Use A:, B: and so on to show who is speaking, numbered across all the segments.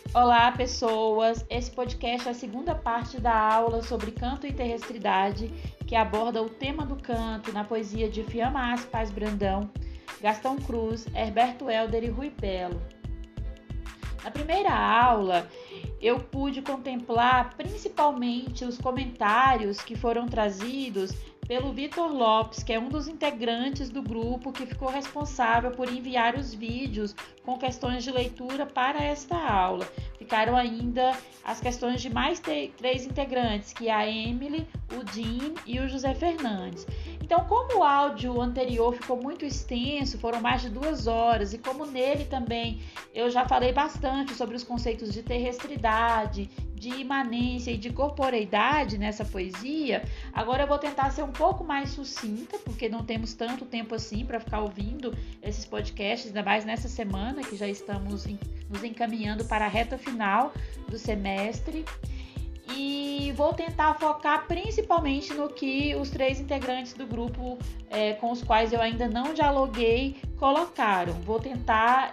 A: Olá, pessoas! Esse podcast é a segunda parte da aula sobre canto e terrestridade, que aborda o tema do canto na poesia de Fiamma Paz Brandão, Gastão Cruz, Herberto Helder e Rui Belo. Na primeira aula, eu pude contemplar principalmente os comentários que foram trazidos pelo Vitor Lopes, que é um dos integrantes do grupo que ficou responsável por enviar os vídeos com questões de leitura para esta aula. Ficaram ainda as questões de mais três integrantes, que é a Emily, o Dean e o José Fernandes. Então, como o áudio anterior ficou muito extenso, foram mais de 2 horas, e como nele também eu já falei bastante sobre os conceitos de terrestridade, de imanência e de corporeidade nessa poesia, agora eu vou tentar ser um pouco mais sucinta, porque não temos tanto tempo assim para ficar ouvindo esses podcasts, ainda mais nessa semana que já estamos nos encaminhando para a reta final do semestre. E vou tentar focar principalmente no que os 3 integrantes do grupo com os quais eu ainda não dialoguei colocaram. Vou tentar,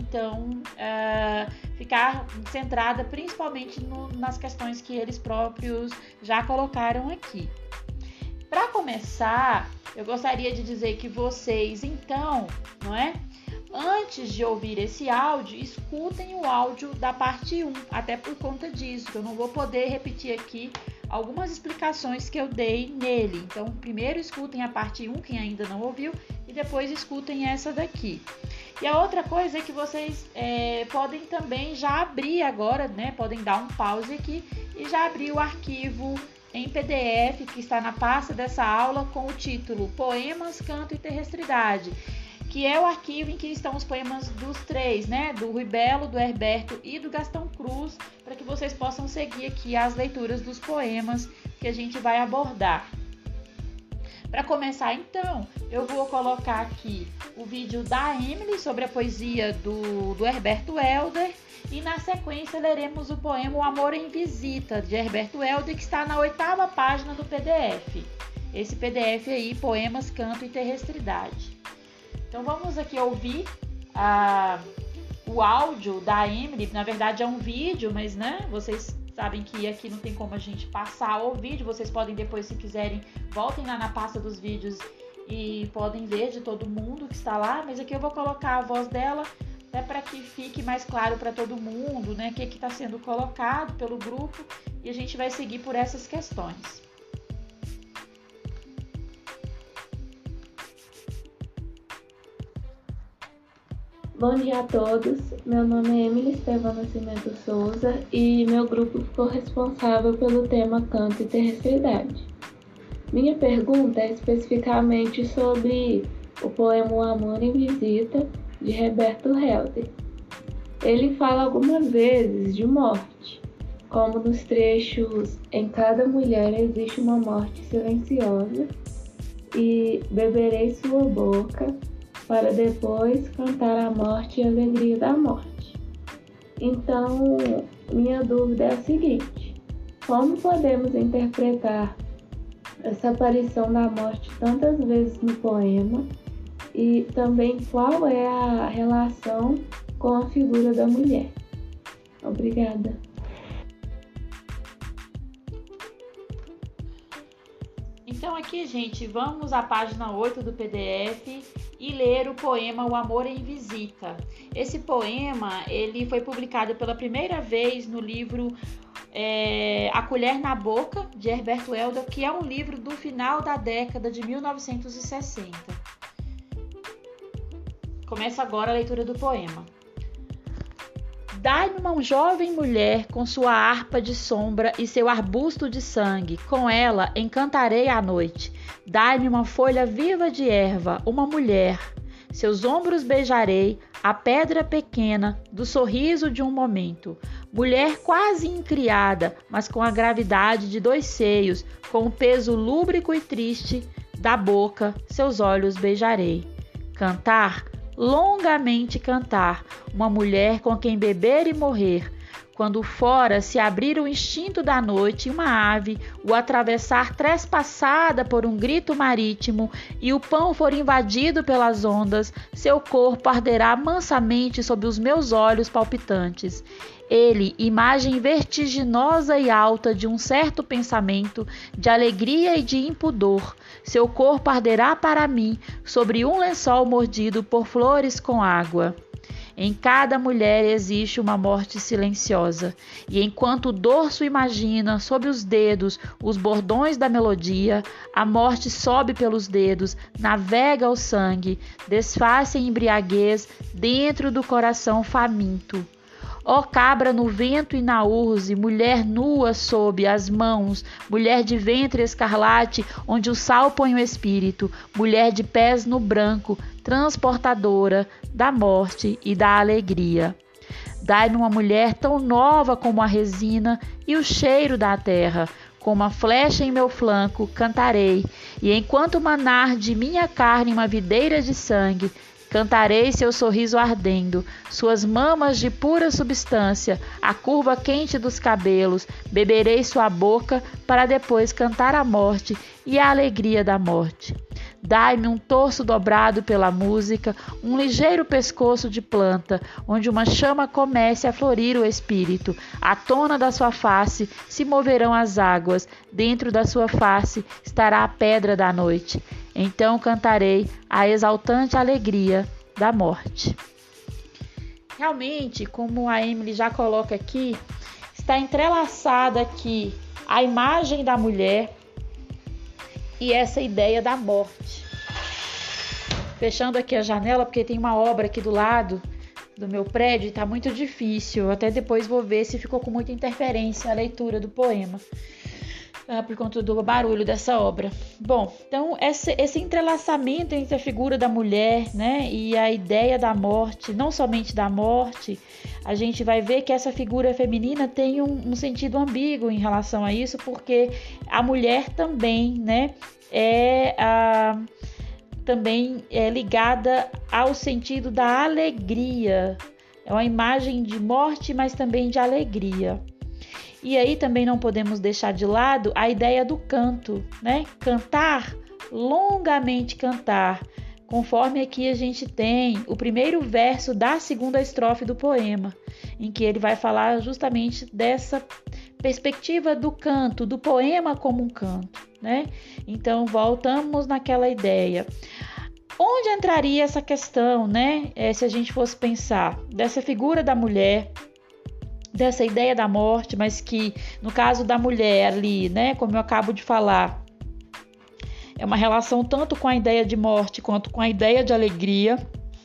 A: ficar centrada principalmente nas questões que eles próprios já colocaram aqui. Para começar, eu gostaria de dizer que vocês, então, antes de ouvir esse áudio, escutem o áudio da parte 1, até por conta disso, que eu não vou poder repetir aqui algumas explicações que eu dei nele. Então, primeiro escutem a parte 1, quem ainda não ouviu, e depois escutem essa daqui. E a outra coisa é que vocês podem também já abrir agora, podem dar um pause aqui e já abrir o arquivo em PDF que está na pasta dessa aula com o título Poemas, Canto e Terrestridade, que é o arquivo em que estão os poemas dos 3, do Rui Belo, do Herberto e do Gastão Cruz, para que vocês possam seguir aqui as leituras dos poemas que a gente vai abordar. Para começar, então, eu vou colocar aqui o vídeo da Emily sobre a poesia do Herberto Helder e, na sequência, leremos o poema O Amor em Visita, de Herberto Helder, que está na 8ª página do PDF. Esse PDF aí, Poemas, Canto e Terrestridade. Então vamos aqui ouvir o áudio da Emily. Na verdade é um vídeo, mas vocês sabem que aqui não tem como a gente passar o vídeo. Vocês podem depois, se quiserem, voltem lá na pasta dos vídeos e podem ver de todo mundo que está lá. Mas aqui eu vou colocar a voz dela, até para que fique mais claro para todo mundo, o que está sendo colocado pelo grupo, e a gente vai seguir por essas questões.
B: Bom dia a todos, meu nome é Emily Estevam Nascimento Souza e meu grupo ficou responsável pelo tema Canto e Terrestridade. Minha pergunta é especificamente sobre o poema O Amor em Visita, de Herberto Helder. Ele fala algumas vezes de morte, como nos trechos Em cada mulher existe uma morte silenciosa e Beberei sua boca, para depois cantar a morte e a alegria da morte. Então, minha dúvida é a seguinte: como podemos interpretar essa aparição da morte tantas vezes no poema e também qual é a relação com a figura da mulher? Obrigada.
A: Então aqui, gente, vamos à página 8 do PDF e ler o poema O Amor em Visita. Esse poema ele foi publicado pela primeira vez no livro A Colher na Boca, de Herberto Helder, que é um livro do final da década de 1960. Começa agora a leitura do poema. Dai-me uma jovem mulher com sua harpa de sombra e seu arbusto de sangue. Com ela encantarei a noite. Dai-me uma folha viva de erva, uma mulher. Seus ombros beijarei, a pedra pequena do sorriso de um momento. Mulher quase incriada, mas com a gravidade de 2 seios, com o peso lúbrico e triste da boca, seus olhos beijarei. Cantar, longamente cantar, uma mulher com quem beber e morrer, quando fora se abrir o instinto da noite e uma ave o atravessar trespassada por um grito marítimo e o pão for invadido pelas ondas, seu corpo arderá mansamente sob os meus olhos palpitantes. Ele, imagem vertiginosa e alta de um certo pensamento, de alegria e de impudor, seu corpo arderá para mim sobre um lençol mordido por flores com água. Em cada mulher existe uma morte silenciosa, e enquanto o dorso imagina sob os dedos os bordões da melodia, a morte sobe pelos dedos, navega o sangue, desfaz-se em embriaguez dentro do coração faminto. Ó cabra no vento e na urze, mulher nua sob as mãos, mulher de ventre escarlate, onde o sal põe o espírito, mulher de pés no branco, transportadora da morte e da alegria. Dai-me uma mulher tão nova como a resina e o cheiro da terra. Com uma flecha em meu flanco, cantarei, e enquanto manar de minha carne uma videira de sangue, cantarei seu sorriso ardendo, suas mamas de pura substância, a curva quente dos cabelos, beberei sua boca para depois cantar a morte e a alegria da morte. Dai-me um torso dobrado pela música, um ligeiro pescoço de planta, onde uma chama comece a florir o espírito. À tona da sua face se moverão as águas, dentro da sua face estará a pedra da noite. Então cantarei a exaltante alegria da morte. Realmente, como a Emily já coloca aqui, está entrelaçada aqui a imagem da mulher e essa ideia da morte. Fechando aqui a janela, porque tem uma obra aqui do lado do meu prédio e está muito difícil. Eu até depois vou ver se ficou com muita interferência a leitura do poema, por conta do barulho dessa obra. Bom, então esse entrelaçamento entre a figura da mulher, né, e a ideia da morte, não somente da morte, a gente vai ver que essa figura feminina tem um sentido ambíguo em relação a isso, porque a mulher também, né, também é ligada ao sentido da alegria. É uma imagem de morte, mas também de alegria. E aí também não podemos deixar de lado a ideia do canto, né? Cantar, longamente cantar, conforme aqui a gente tem o primeiro verso da segunda estrofe do poema, em que ele vai falar justamente dessa perspectiva do canto, do poema como um canto, né? Então voltamos naquela ideia. Onde entraria essa questão, né? Se a gente fosse pensar dessa figura da mulher, dessa ideia da morte, mas que no caso da mulher ali, né, como eu acabo de falar, é uma relação tanto com a ideia de morte quanto com a ideia de alegria,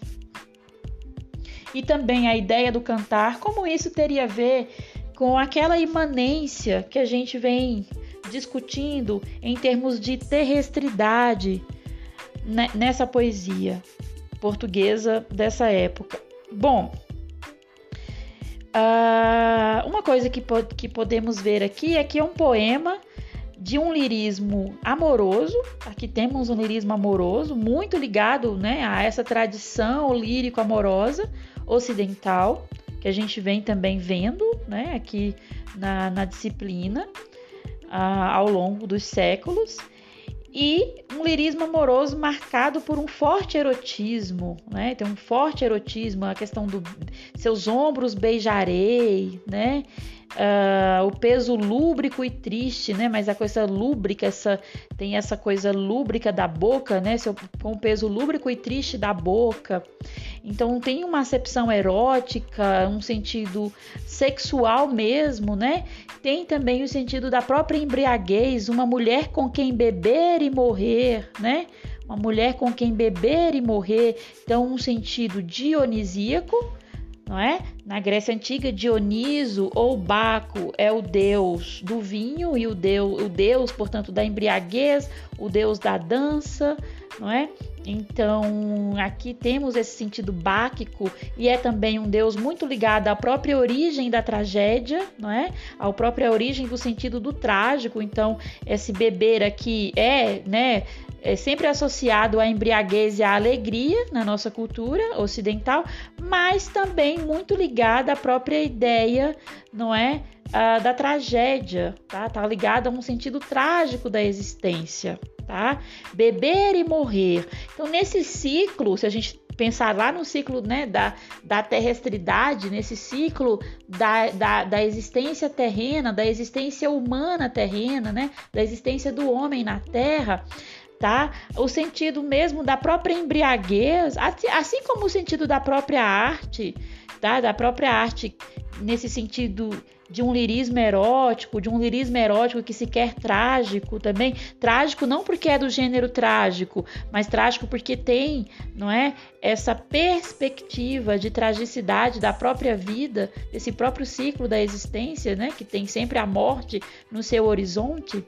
A: e também a ideia do cantar, como isso teria a ver com aquela imanência que a gente vem discutindo em termos de terrestridade nessa poesia portuguesa dessa época. Bom, uma coisa que podemos ver aqui é que é um poema de um lirismo amoroso. Aqui temos um lirismo amoroso muito ligado, né, a essa tradição lírico-amorosa ocidental, que a gente vem também vendo, né, aqui na disciplina ao longo dos séculos. E um lirismo amoroso marcado por um forte erotismo, né? Tem um forte erotismo, a questão do seus ombros beijarei, né? O peso lúbrico e triste, né? Mas a coisa lúbrica, tem essa coisa lúbrica da boca, né? Com o peso lúbrico e triste da boca. Então tem uma acepção erótica, um sentido sexual mesmo, né? Tem também o sentido da própria embriaguez, uma mulher com quem beber e morrer, né? Uma mulher com quem beber e morrer. Então um sentido dionisíaco, não é? Na Grécia Antiga, Dioniso ou Baco é o deus do vinho e o deus, portanto, da embriaguez, o deus da dança, não é? Então, aqui temos esse sentido báquico e é também um deus muito ligado à própria origem da tragédia, não é? À própria origem do sentido do trágico. Então, esse beber aqui é, né, é sempre associado à embriaguez e à alegria na nossa cultura ocidental, mas também muito ligado à própria ideia, não é, da tragédia, tá ligado a um sentido trágico da existência, tá? Beber e morrer. Então, nesse ciclo, se a gente pensar lá no ciclo, né, da terrestridade, nesse ciclo da existência terrena, da existência humana terrena, né, da existência do homem na Terra, tá? O sentido mesmo da própria embriaguez, assim como o sentido da própria arte, tá? Da própria arte nesse sentido de um lirismo erótico, que se quer trágico também. Trágico não porque é do gênero trágico, mas trágico porque tem, não é, essa perspectiva de tragicidade da própria vida, esse próprio ciclo da existência, né, que tem sempre a morte no seu horizonte.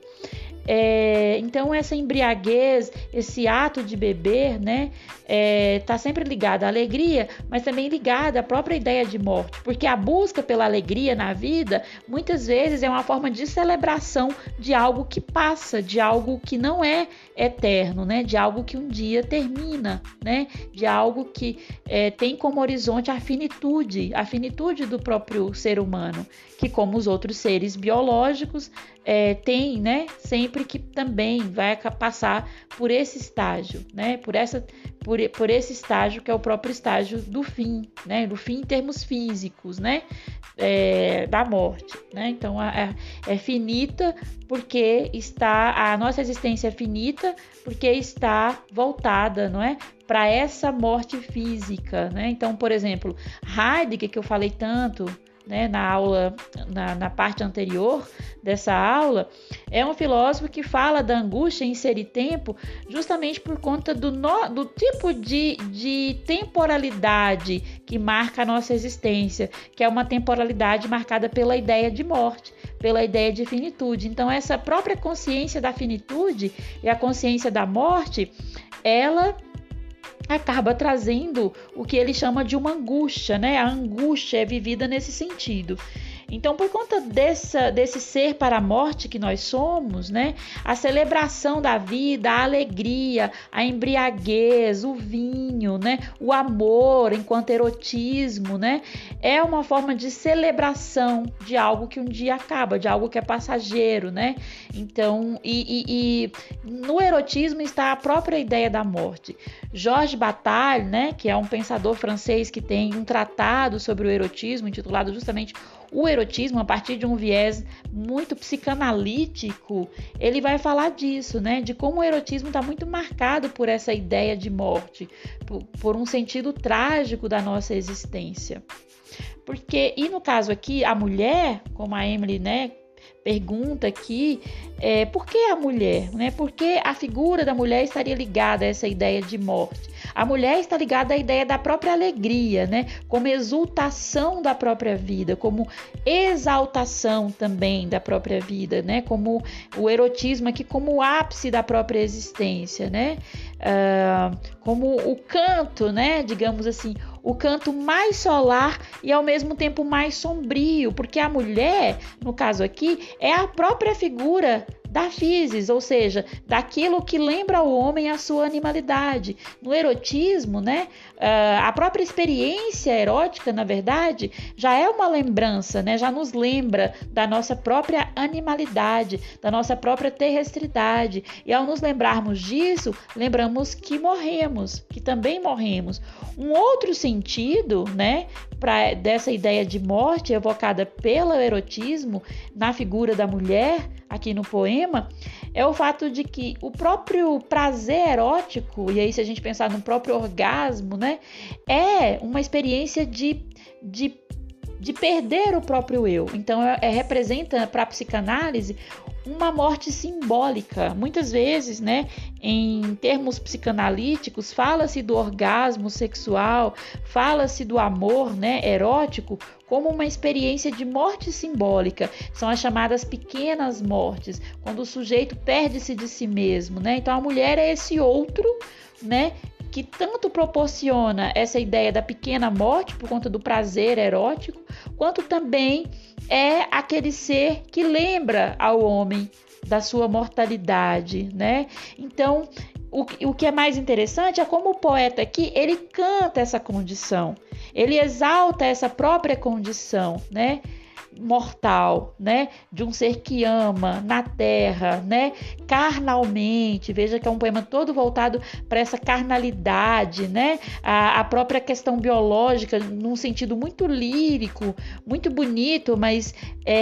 A: Então essa embriaguez, esse ato de beber, né, tá sempre ligado à alegria, mas também ligado à própria ideia de morte, porque a busca pela alegria na vida muitas vezes é uma forma de celebração de algo que passa, de algo que não é eterno, né, de algo que um dia termina, né, de algo que tem como horizonte a finitude do próprio ser humano, que como os outros seres biológicos tem, né, sempre que também vai passar por esse estágio, né, por esse estágio que é o próprio estágio do fim, né, do fim em termos físicos, né, da morte, né. Então é finita porque a nossa existência é finita porque está voltada, não é, para essa morte física, né. Então, por exemplo, Heidegger, que eu falei tanto, né, na aula, na parte anterior dessa aula, é um filósofo que fala da angústia em ser e tempo justamente por conta do tipo de temporalidade que marca a nossa existência, que é uma temporalidade marcada pela ideia de morte, pela ideia de finitude. Então, essa própria consciência da finitude e a consciência da morte, ela acaba trazendo o que ele chama de uma angústia, né? A angústia é vivida nesse sentido. Então, por conta desse ser para a morte que nós somos, né, a celebração da vida, a alegria, a embriaguez, o vinho, né, o amor enquanto erotismo, né, é uma forma de celebração de algo que um dia acaba, de algo que é passageiro, né? Então, e no erotismo está a própria ideia da morte. Georges Bataille, né, que é um pensador francês que tem um tratado sobre o erotismo, intitulado justamente O Erotismo, a partir de um viés muito psicanalítico, ele vai falar disso, né, de como o erotismo está muito marcado por essa ideia de morte, por um sentido trágico da nossa existência. Porque, e no caso aqui, a mulher, como a Emily, né, pergunta aqui, por que a mulher, né? Por que a figura da mulher estaria ligada a essa ideia de morte? A mulher está ligada à ideia da própria alegria, né? Como exultação da própria vida, como exaltação também da própria vida, né? Como o erotismo aqui como o ápice da própria existência, né? Como o canto, né? Digamos assim, o canto mais solar e ao mesmo tempo mais sombrio, porque a mulher, no caso aqui, é a própria figura da physis, ou seja, daquilo que lembra ao homem a sua animalidade. No erotismo, né, a própria experiência erótica, na verdade, já é uma lembrança, né, já nos lembra da nossa própria animalidade, da nossa própria terrestridade. E ao nos lembrarmos disso, lembramos que morremos, que também morremos. Um outro sentido, né, dessa ideia de morte evocada pelo erotismo na figura da mulher, aqui no poema, é o fato de que o próprio prazer erótico, e aí se a gente pensar no próprio orgasmo, né, é uma experiência de perder o próprio eu. Então, representa para a psicanálise uma morte simbólica. Muitas vezes, né, em termos psicanalíticos, fala-se do orgasmo sexual, fala-se do amor, né, erótico, como uma experiência de morte simbólica. São as chamadas pequenas mortes, quando o sujeito perde-se de si mesmo, né? Então, a mulher é esse outro, né, que tanto proporciona essa ideia da pequena morte por conta do prazer erótico, quanto também é aquele ser que lembra ao homem da sua mortalidade, né? Então, o que é mais interessante é como o poeta aqui, ele canta essa condição, ele exalta essa própria condição, né? Mortal, né, de um ser que ama na terra, né, carnalmente. Veja que é um poema todo voltado para essa carnalidade, né, a própria questão biológica num sentido muito lírico, muito bonito, mas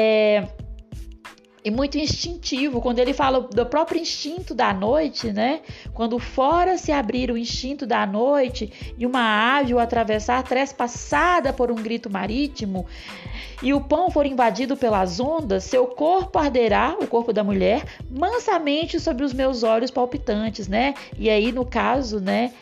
A: e muito instintivo, quando ele fala do próprio instinto da noite, né? Quando fora se abrir o instinto da noite e uma ave o atravessar trespassada por um grito marítimo, e o pão for invadido pelas ondas, seu corpo arderá, o corpo da mulher, mansamente sobre os meus olhos palpitantes, né? E aí, no caso, né,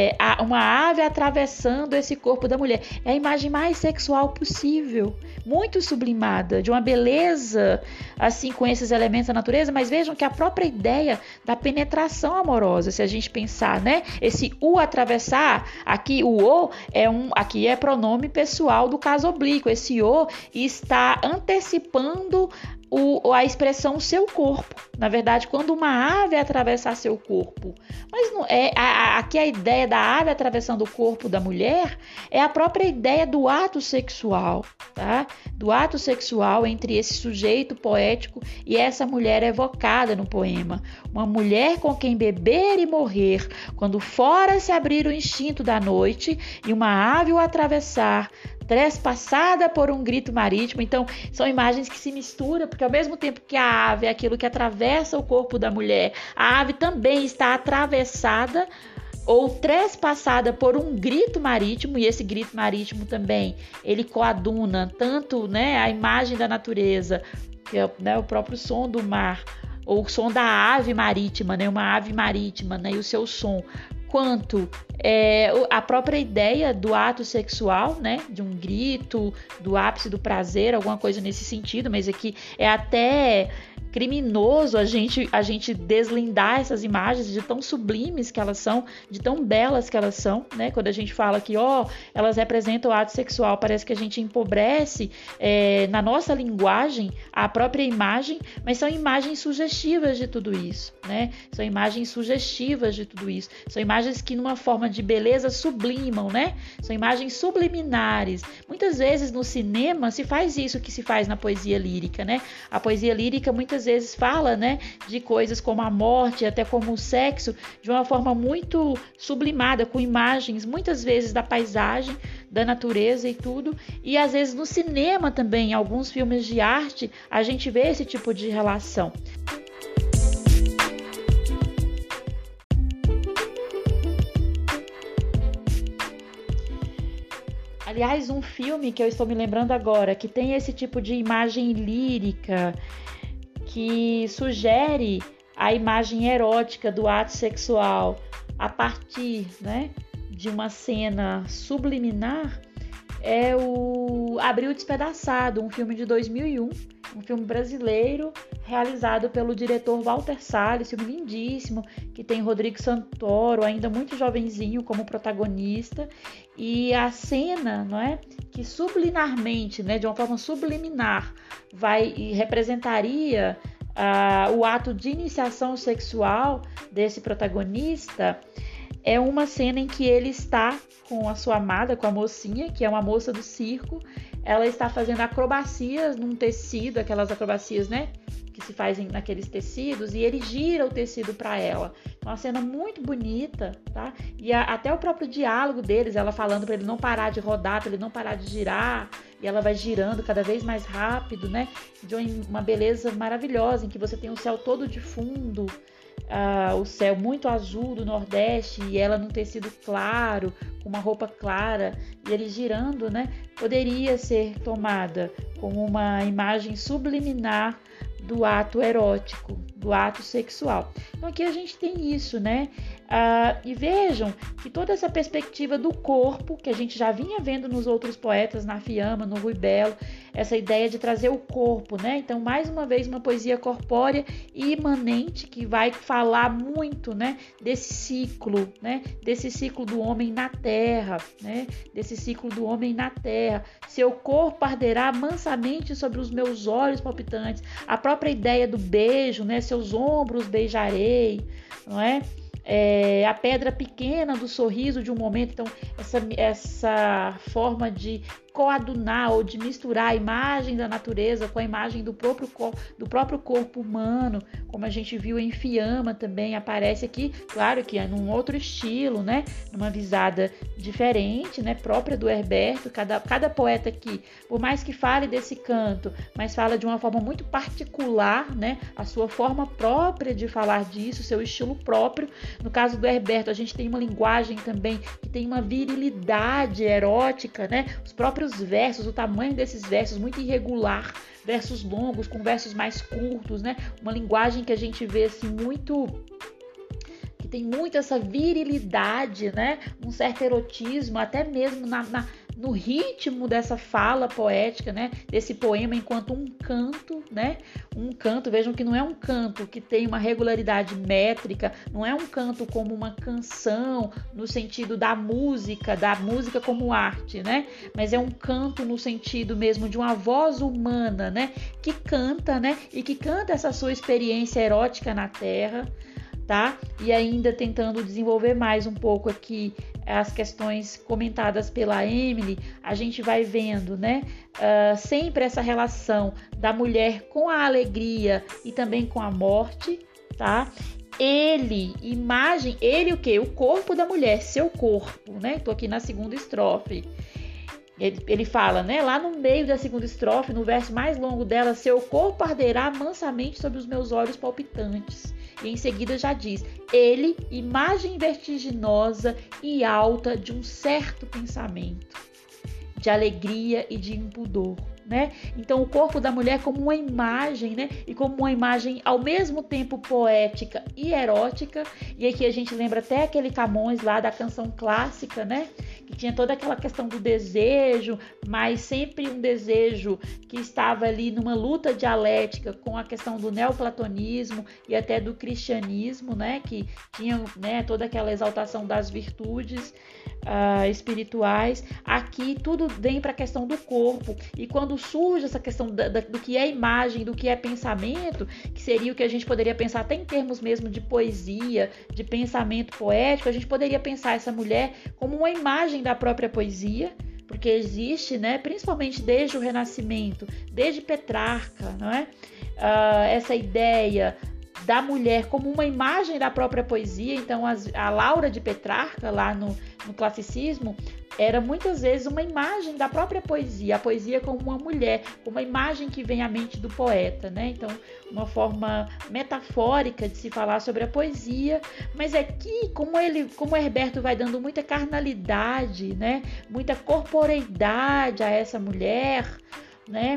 A: uma ave atravessando esse corpo da mulher. É a imagem mais sexual possível, muito sublimada, de uma beleza, assim, com esses elementos da natureza, mas vejam que a própria ideia da penetração amorosa, se a gente pensar, né? Esse o atravessar, aqui o aqui é pronome pessoal do caso oblíquo, esse o está antecipando a expressão seu corpo. Na verdade, quando uma ave atravessar seu corpo, mas não aqui a ideia da ave atravessando o corpo da mulher é a própria ideia do ato sexual, tá? Do ato sexual entre esse sujeito poético e essa mulher evocada no poema. Uma mulher com quem beber e morrer, quando fora se abrir o instinto da noite e uma ave o atravessar, trespassada por um grito marítimo. Então, são imagens que se misturam, porque ao mesmo tempo que a ave é aquilo que atravessa o corpo da mulher, a ave também está atravessada ou trespassada por um grito marítimo, e esse grito marítimo também, ele coaduna tanto, né, a imagem da natureza, que é, né, o próprio som do mar, ou o som da ave marítima, né, uma ave marítima, né, e o seu som, quanto a própria ideia do ato sexual, né, de um grito, do ápice do prazer, alguma coisa nesse sentido, mas aqui é até criminoso a gente deslindar essas imagens de tão sublimes que elas são, de tão belas que elas são, né? Quando a gente fala que elas representam o ato sexual, parece que a gente empobrece na nossa linguagem a própria imagem, mas são imagens sugestivas de tudo isso, né? São imagens sugestivas de tudo isso, são imagens que numa forma de beleza sublimam, né? São imagens subliminares. Muitas vezes no cinema se faz isso que se faz na poesia lírica, né? A poesia lírica muitas vezes fala, né, de coisas como a morte, até como o sexo, de uma forma muito sublimada, com imagens muitas vezes da paisagem, da natureza e tudo. E às vezes no cinema também, em alguns filmes de arte, a gente vê esse tipo de relação. Aliás, um filme que eu estou me lembrando agora, que tem esse tipo de imagem lírica, que sugere a imagem erótica do ato sexual a partir, né, de uma cena subliminar, é o Abril Despedaçado, um filme de 2001, um filme brasileiro realizado pelo diretor Walter Salles, filme lindíssimo, que tem Rodrigo Santoro, ainda muito jovenzinho, como protagonista, e a cena, não é, que subliminarmente, né, de uma forma subliminar, representaria o ato de iniciação sexual desse protagonista, é uma cena em que ele está com a sua amada, com a mocinha, que é uma moça do circo. Ela está fazendo acrobacias num tecido, aquelas acrobacias, né, que se fazem naqueles tecidos, e ele gira o tecido para ela. É uma cena muito bonita, tá? E até o próprio diálogo deles, ela falando para ele não parar de rodar, para ele não parar de girar, e ela vai girando cada vez mais rápido, né? De uma beleza maravilhosa, em que você tem o céu todo de fundo, o céu muito azul do Nordeste, e ela num tecido claro, com uma roupa clara, e ele girando, né? Poderia ser tomada como uma imagem subliminar do ato erótico, do ato sexual. Então aqui a gente tem isso, né? E vejam que toda essa perspectiva do corpo, que a gente já vinha vendo nos outros poetas, na Fiamma, no Rui Belo, essa ideia de trazer o corpo, né? Então, mais uma vez, uma poesia corpórea e imanente, que vai falar muito, né, desse ciclo, né? Desse ciclo do homem na terra, né? Desse ciclo do homem na terra. Seu corpo arderá mansamente sobre os meus olhos palpitantes. A própria ideia do beijo, né? Seus ombros beijarei, não é? a pedra pequena do sorriso de um momento. Então, essa forma de coadunar ou de misturar a imagem da natureza com a imagem do próprio corpo humano, como a gente viu em Fiamma também, aparece aqui, claro que é num outro estilo, né? Numa visada diferente, né? Própria do Herberto. Cada poeta aqui, por mais que fale desse canto, mas fala de uma forma muito particular, né? A sua forma própria de falar disso, seu estilo próprio. No caso do Herberto, a gente tem uma linguagem também que tem uma virilidade erótica, né? Os próprios versos, o tamanho desses versos muito irregular, versos longos com versos mais curtos, né? Uma linguagem que a gente vê assim muito, que tem muito essa virilidade, né? Um certo erotismo, até mesmo no ritmo dessa fala poética, né? Desse poema enquanto um canto, né? Um canto, vejam que não é um canto que tem uma regularidade métrica, não é um canto como uma canção no sentido da música como arte, né? Mas é um canto no sentido mesmo de uma voz humana, né? Que canta, né? E que canta essa sua experiência erótica na Terra, tá? E ainda tentando desenvolver mais um pouco aqui as questões comentadas pela Emily, a gente vai vendo, né? Sempre essa relação da mulher com a alegria e também com a morte, tá? Ele o quê? O corpo da mulher, seu corpo, né? Tô aqui na segunda estrofe. Ele fala, né? Lá no meio da segunda estrofe, no verso mais longo dela, seu corpo arderá mansamente sobre os meus olhos palpitantes. E em seguida já diz, ele, imagem vertiginosa e alta de um certo pensamento, de alegria e de impudor, né? Então o corpo da mulher como uma imagem, né? E como uma imagem ao mesmo tempo poética e erótica. E aqui a gente lembra até aquele Camões lá da canção clássica, né? Que tinha toda aquela questão do desejo, mas sempre um desejo que estava ali numa luta dialética com a questão do neoplatonismo e até do cristianismo, né? Que tinha, né, toda aquela exaltação das virtudes espirituais. Aqui tudo vem para a questão do corpo, e quando surge essa questão do que é imagem, do que é pensamento, que seria o que a gente poderia pensar até em termos mesmo de poesia, de pensamento poético, a gente poderia pensar essa mulher como uma imagem da própria poesia, porque existe, né, principalmente desde o Renascimento, desde Petrarca, não é? Essa ideia da mulher como uma imagem da própria poesia. Então a Laura de Petrarca, lá no classicismo, era muitas vezes uma imagem da própria poesia, a poesia como uma mulher, como uma imagem que vem à mente do poeta, né? Então, uma forma metafórica de se falar sobre a poesia, mas aqui, como o Herberto vai dando muita carnalidade, né? Muita corporeidade a essa mulher, né?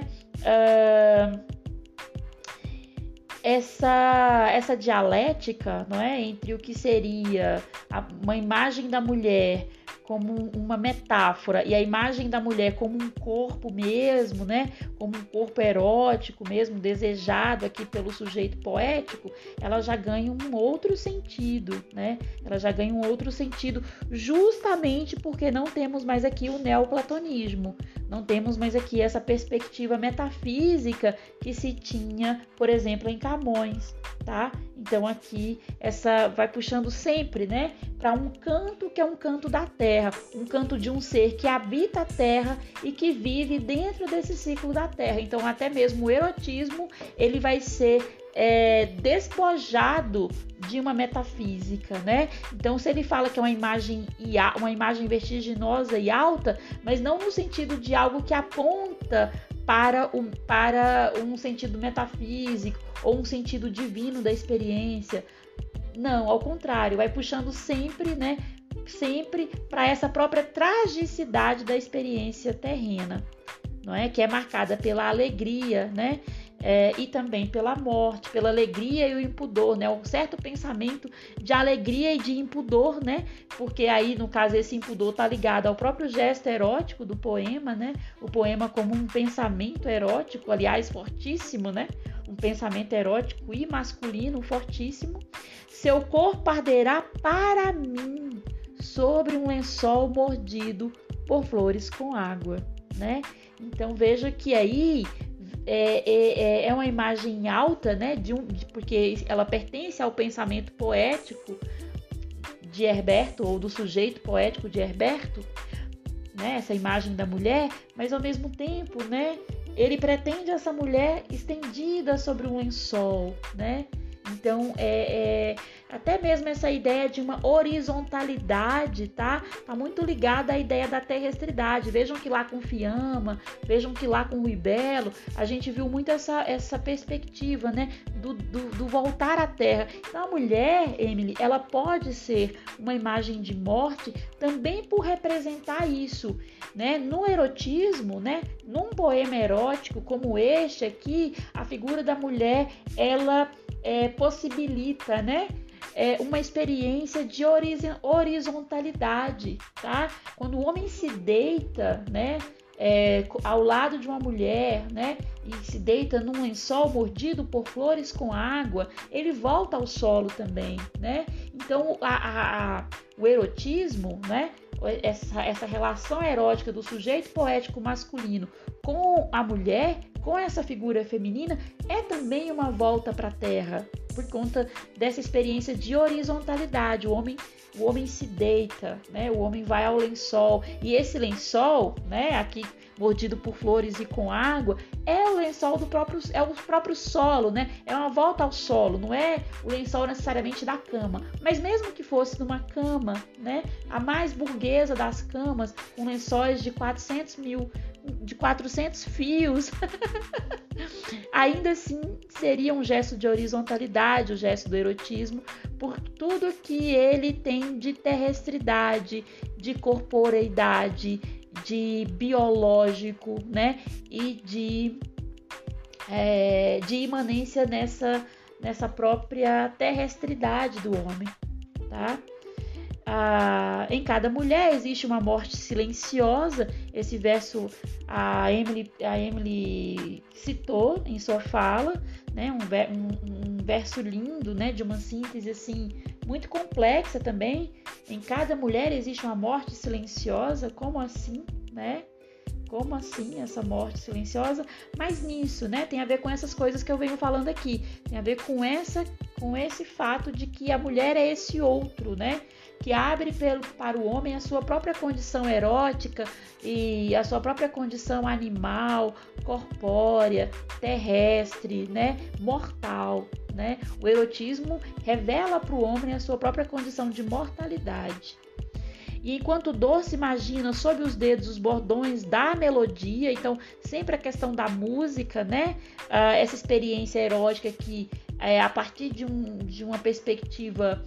A: Essa dialética, não é? Entre o que seria uma imagem da mulher como uma metáfora e a imagem da mulher como um corpo mesmo, né? Como um corpo erótico mesmo, desejado aqui pelo sujeito poético, ela já ganha um outro sentido, né? Ela já ganha um outro sentido justamente porque não temos mais aqui o neoplatonismo, não temos mais aqui essa perspectiva metafísica que se tinha, por exemplo, em Camões, tá? Então aqui essa vai puxando sempre, né, para um canto que é um canto da terra, um canto de um ser que habita a terra e que vive dentro desse ciclo da terra. Então até mesmo o erotismo ele vai ser despojado de uma metafísica, né? Então se ele fala que é uma imagem vertiginosa e alta, mas não no sentido de algo que aponta para um sentido metafísico ou um sentido divino da experiência. Não, ao contrário, vai puxando sempre, né? Sempre para essa própria tragicidade da experiência terrena, não é? Que é marcada pela alegria, né? E também pela morte, pela alegria e o impudor, né? Um certo pensamento de alegria e de impudor, né? Porque aí, no caso, esse impudor está ligado ao próprio gesto erótico do poema, né? O poema como um pensamento erótico, aliás, fortíssimo, né? Um pensamento erótico e masculino fortíssimo. Seu corpo arderá para mim sobre um lençol mordido por flores com água, né? Então veja que aí é uma imagem alta, né? Porque ela pertence ao pensamento poético de Herberto, ou do sujeito poético de Herberto, né, essa imagem da mulher, mas ao mesmo tempo, né, ele pretende essa mulher estendida sobre um lençol, né? Então, até mesmo essa ideia de uma horizontalidade, tá muito ligada à ideia da terrestridade. Vejam que lá com Fiamma, vejam que lá com Rui Belo, a gente viu muito essa perspectiva, né, do voltar à terra. Então, a mulher, Emily, ela pode ser uma imagem de morte também por representar isso, né? No erotismo, né, num poema erótico como este aqui, a figura da mulher, ela possibilita, né, uma experiência de horizontalidade, tá? Quando o homem se deita, né, ao lado de uma mulher, né, e se deita num lençol mordido por flores com água, ele volta ao solo também, né? Então, o erotismo, né, essa relação erótica do sujeito poético masculino com a mulher, com essa figura feminina, é também uma volta para a terra, por conta dessa experiência de horizontalidade. O homem se deita, né? O homem vai ao lençol, e esse lençol, né, aqui mordido por flores e com água, é o lençol o próprio solo, né? É uma volta ao solo, não é o lençol necessariamente da cama, mas mesmo que fosse numa cama, né, a mais burguesa das camas, com lençóis de 400 fios, ainda assim seria um gesto de horizontalidade, o gesto do erotismo, por tudo que ele tem de terrestridade, de corporeidade, de biológico, né, e de imanência nessa própria terrestridade do homem, tá? Em cada mulher existe uma morte silenciosa. Esse verso a Emily citou em sua fala, né? Um verso lindo, né? De uma síntese assim muito complexa também. Em cada mulher existe uma morte silenciosa. Como assim, né? Como assim essa morte silenciosa? Mas nisso, né? Tem a ver com essas coisas que eu venho falando aqui. Tem a ver com esse fato de que a mulher é esse outro, né? Que abre para o homem a sua própria condição erótica e a sua própria condição animal, corpórea, terrestre, né? Mortal, né? O erotismo revela para o homem a sua própria condição de mortalidade. E enquanto o doce imagina sob os dedos os bordões da melodia, então sempre a questão da música, né? Essa experiência erótica que a partir de uma perspectiva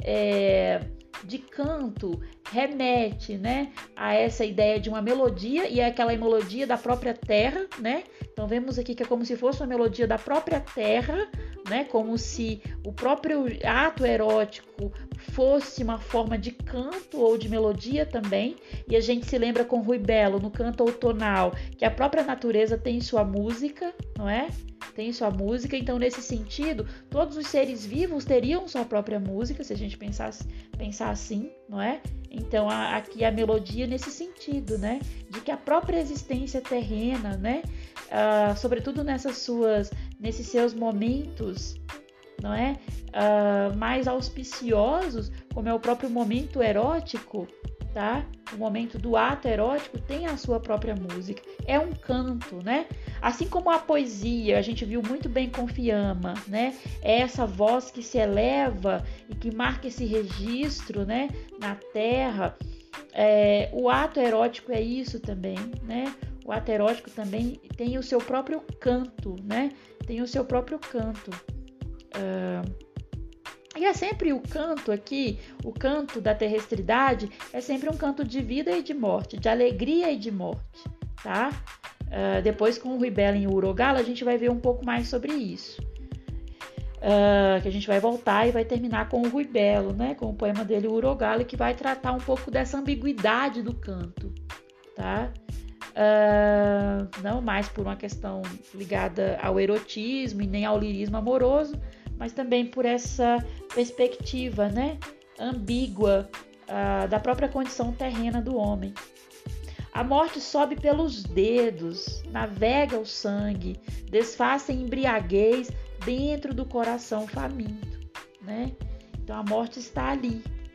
A: de canto remete, né, a essa ideia de uma melodia, e é aquela melodia da própria terra, né? Então vemos aqui que é como se fosse uma melodia da própria terra, né? Como se o próprio ato erótico fosse uma forma de canto ou de melodia também. E a gente se lembra com Rui Belo no canto outonal que a própria natureza tem sua música, não é? Tem sua música. Então, nesse sentido, todos os seres vivos teriam sua própria música, se a gente pensar assim, não é? Então, aqui a melodia nesse sentido, né? De que a própria existência terrena, né? Sobretudo nesses seus momentos, não é? Mais auspiciosos, como é o próprio momento erótico, tá? O momento do ato erótico tem a sua própria música. É um canto, né? Assim como a poesia, a gente viu muito bem com Fiamma, né? É essa voz que se eleva e que marca esse registro, né? Na terra. O ato erótico é isso também, né? O ato erótico também tem o seu próprio canto, né? Tem o seu próprio canto. E é sempre o canto aqui, o canto da terrestridade, é sempre um canto de vida e de morte, de alegria e de morte, tá? Depois com o Rui Belo em Urogala, a gente vai ver um pouco mais sobre isso. Que a gente vai voltar e vai terminar com o Rui Belo, né? Com o poema dele, Urogala, que vai tratar um pouco dessa ambiguidade do canto, tá? Não mais por uma questão ligada ao erotismo e nem ao lirismo amoroso, mas também por essa perspectiva, né, ambígua da própria condição terrena do homem. A morte sobe pelos dedos, navega o sangue, desfaz em embriaguez dentro do coração faminto, né? Então a morte está ali,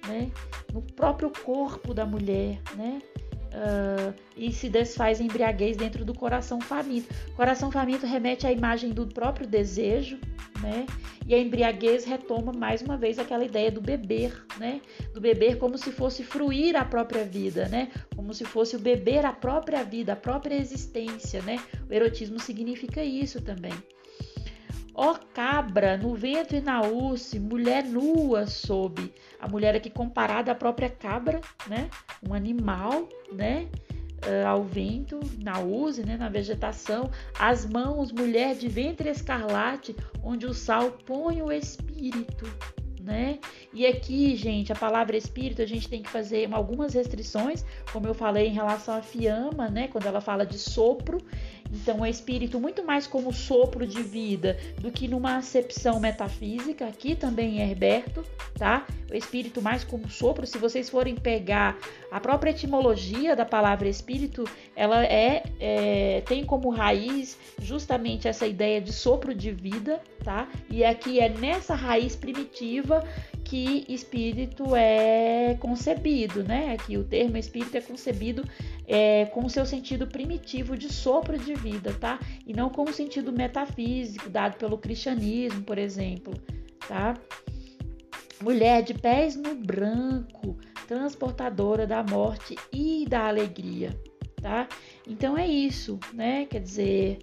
A: né? No próprio corpo da mulher, né? E se desfaz em embriaguez dentro do coração faminto. Coração faminto remete à imagem do próprio desejo, né? E a embriaguez retoma mais uma vez aquela ideia do beber, né? Do beber como se fosse fruir a própria vida, né? Como se fosse o beber a própria vida, a própria existência, né? O erotismo significa isso também. Ó cabra, no vento e na urse, mulher nua sob. A mulher aqui comparada à própria cabra, né? Um animal, né? Ao vento, na urse, né? Na vegetação. As mãos, mulher de ventre escarlate, onde o sal põe o espírito, né? E aqui, gente, a palavra espírito, a gente tem que fazer algumas restrições, como eu falei em relação à fiamma, né? Quando ela fala de sopro. Então, o espírito muito mais como sopro de vida do que numa acepção metafísica, aqui também em Herberto, tá? O espírito mais como sopro. Se vocês forem pegar a própria etimologia da palavra espírito, ela tem como raiz justamente essa ideia de sopro de vida, tá? E aqui é nessa raiz primitiva que espírito é concebido, né? Aqui o termo espírito é concebido com o seu sentido primitivo de sopro de vida, tá? E não com o sentido metafísico dado pelo cristianismo, por exemplo, tá? Mulher de pés no branco, transportadora da morte e da alegria, tá? Então é isso, né? Quer dizer,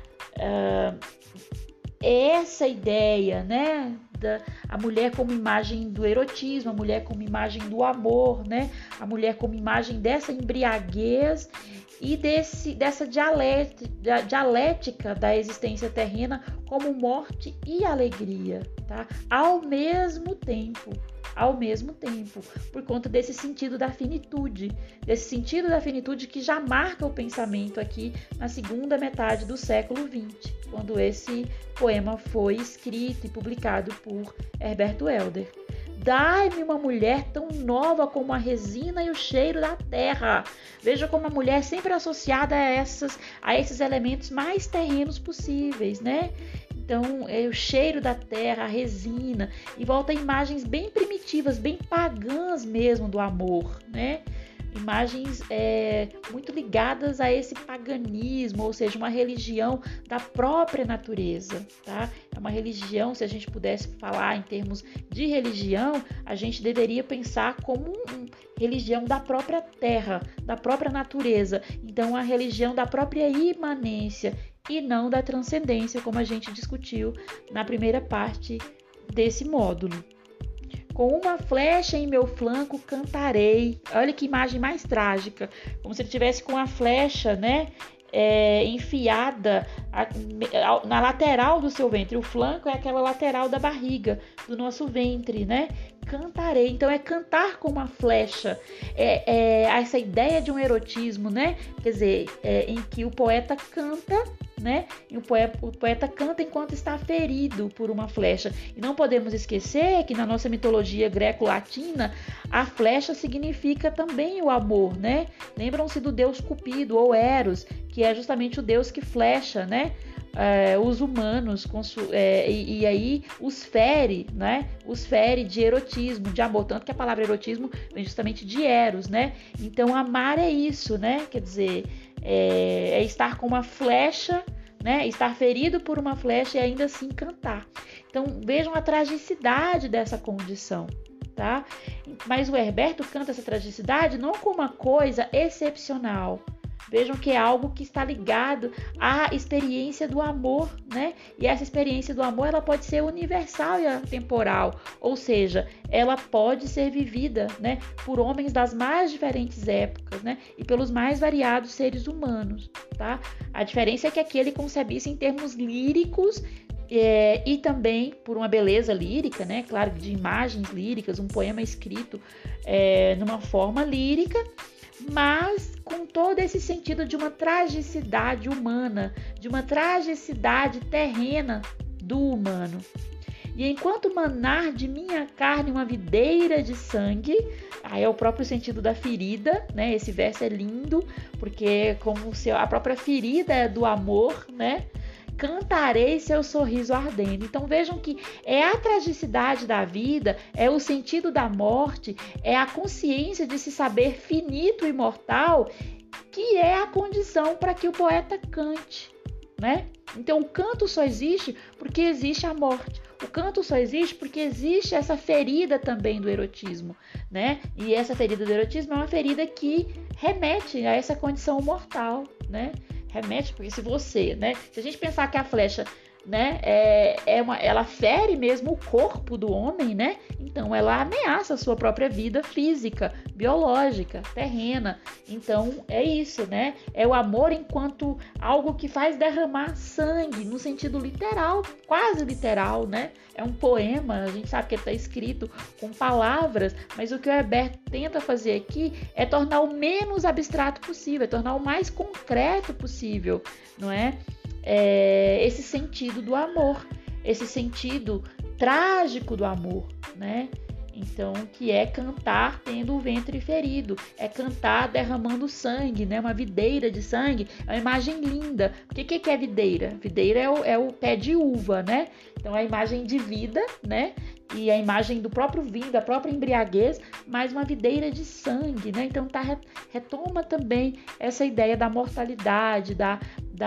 A: essa ideia, né? A mulher como imagem do erotismo, a mulher como imagem do amor, né? A mulher como imagem dessa embriaguez e dessa dialética da existência terrena como morte e alegria, tá? Ao mesmo tempo, por conta desse sentido da finitude, que já marca o pensamento aqui na segunda metade do século XX, quando esse poema foi escrito e publicado por Herberto Helder. Dai-me uma mulher tão nova como a resina e o cheiro da terra. Veja como a mulher é sempre associada a esses elementos mais terrenos possíveis, né? Então, é o cheiro da terra, a resina, e volta a imagens bem primitivas, bem pagãs mesmo do amor, né? Imagens muito ligadas a esse paganismo, ou seja, uma religião da própria natureza, tá? É uma religião, se a gente pudesse falar em termos de religião, a gente deveria pensar como uma religião da própria terra, da própria natureza. Então, a religião da própria imanência e não da transcendência, como a gente discutiu na primeira parte desse módulo. Com uma flecha em meu flanco cantarei. Olha que imagem mais trágica. Como se ele tivesse com a flecha, né, enfiada na lateral do seu ventre. O flanco é aquela lateral da barriga, do nosso ventre, né? Cantarei. Então é cantar com uma flecha. Essa ideia de um erotismo, né? Quer dizer, em que o poeta canta, né? E o poeta canta enquanto está ferido por uma flecha. E não podemos esquecer que na nossa mitologia greco-latina, a flecha significa também o amor, né? Lembram-se do deus Cupido ou Eros, que é justamente o deus que flecha, né? Os humanos e aí os fere, né? Os fere de erotismo, de amor, tanto que a palavra erotismo vem justamente de Eros, né? Então amar é isso, né? Quer dizer, é estar com uma flecha, né? Estar ferido por uma flecha e ainda assim cantar. Então vejam a tragicidade dessa condição, tá? Mas o Herberto canta essa tragicidade não como uma coisa excepcional. Vejam que é algo que está ligado à experiência do amor, né? E essa experiência do amor, ela pode ser universal e atemporal, ou seja, ela pode ser vivida, né, por homens das mais diferentes épocas, né, e pelos mais variados seres humanos, tá? A diferença é que aqui ele concebe isso em termos líricos e também por uma beleza lírica, né? Claro, de imagens líricas, um poema escrito numa forma lírica, mas com todo esse sentido de uma tragicidade humana, de uma tragicidade terrena do humano. E enquanto manar de minha carne uma videira de sangue, aí é o próprio sentido da ferida, né? Esse verso é lindo, porque como se a própria ferida é do amor, né? cantarei seu sorriso ardendo. Então vejam que é a tragicidade da vida, é o sentido da morte, é a consciência de se saber finito e mortal, que é a condição para que o poeta cante, né? Então o canto só existe porque existe a morte. O canto só existe porque existe essa ferida também do erotismo, né? E essa ferida do erotismo é uma ferida que remete a essa condição mortal, né? Remete, porque se você, né? Se a gente pensar que a flecha, né, ela fere mesmo o corpo do homem, né? Então ela ameaça a sua própria vida física, biológica, terrena. Então é isso, né? É o amor enquanto algo que faz derramar sangue, no sentido literal, quase literal, né? É um poema, a gente sabe que está escrito com palavras, mas o que o Herbert tenta fazer aqui é tornar o menos abstrato possível, é tornar o mais concreto possível, não é? Esse sentido do amor, esse sentido trágico do amor, né? Então, que é cantar tendo o ventre ferido, é cantar derramando sangue, né? Uma videira de sangue, é uma imagem linda. Porque o que é videira? Videira é o pé de uva, né? Então, é a imagem de vida, né? E a imagem do próprio vinho, da própria embriaguez, mais uma videira de sangue, né? Então, retoma também essa ideia da mortalidade, da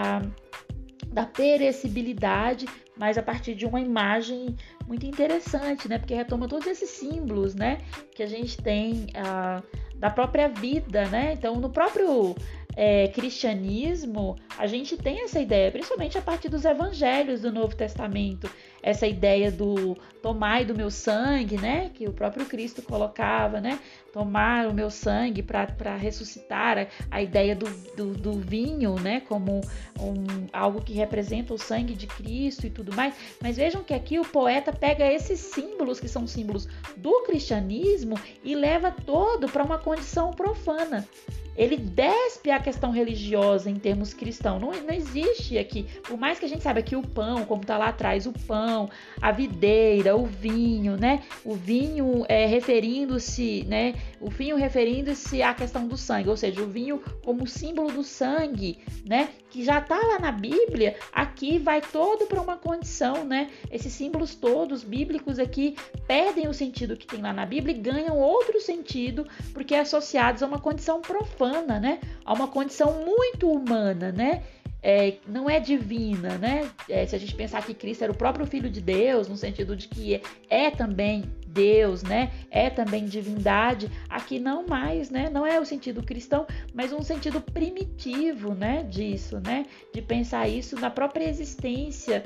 A: perecibilidade, mas a partir de uma imagem muito interessante, né? Porque retoma todos esses símbolos, né? Que a gente tem da própria vida, né? Então, no próprio cristianismo, a gente tem essa ideia, principalmente a partir dos evangelhos do Novo Testamento, essa ideia do tomai do meu sangue, né? Que o próprio Cristo colocava, né? Tomar o meu sangue para ressuscitar, a ideia do vinho, né? Como algo que representa o sangue de Cristo e tudo mais. Mas vejam que aqui o poeta pega esses símbolos, que são símbolos do cristianismo, e leva todo para uma condição profana. Ele despe a questão religiosa em termos cristãos. Não existe aqui, por mais que a gente saiba que o pão, como está lá atrás, o pão, a videira, o vinho, né? O vinho referindo-se, né? O vinho referindo-se à questão do sangue, ou seja, o vinho como símbolo do sangue, né? Que já está lá na Bíblia, aqui vai todo para uma condição, né? Esses símbolos todos bíblicos aqui perdem o sentido que tem lá na Bíblia e ganham outro sentido, porque associados a uma condição profana, né? A uma condição muito humana, né? Não é divina, né? Se a gente pensar que Cristo era o próprio Filho de Deus, no sentido de que é também Deus, né? É também divindade, aqui não mais, né? Não é o sentido cristão, mas um sentido primitivo, né? Disso, né? De pensar isso na própria existência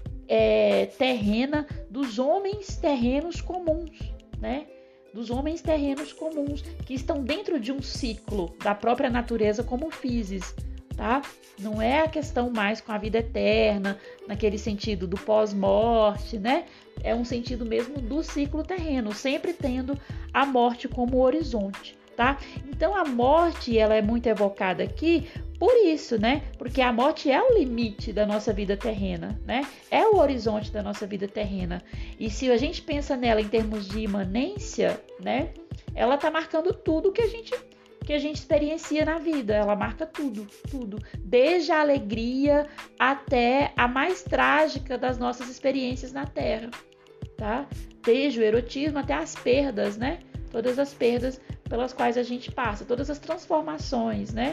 A: terrena dos homens terrenos comuns, né? Dos homens terrenos comuns, que estão dentro de um ciclo da própria natureza como physis, tá? Não é a questão mais com a vida eterna, naquele sentido do pós-morte, né? É um sentido mesmo do ciclo terreno, sempre tendo a morte como horizonte, tá? Então a morte, ela é muito evocada aqui por isso, né? Porque a morte é o limite da nossa vida terrena, né? É o horizonte da nossa vida terrena. E se a gente pensa nela em termos de imanência, né? Ela tá marcando tudo que a gente experiencia na vida. Ela marca tudo, desde a alegria até a mais trágica das nossas experiências na Terra, tá? Desde o erotismo até as perdas, né? Todas as perdas pelas quais a gente passa, todas as transformações, né?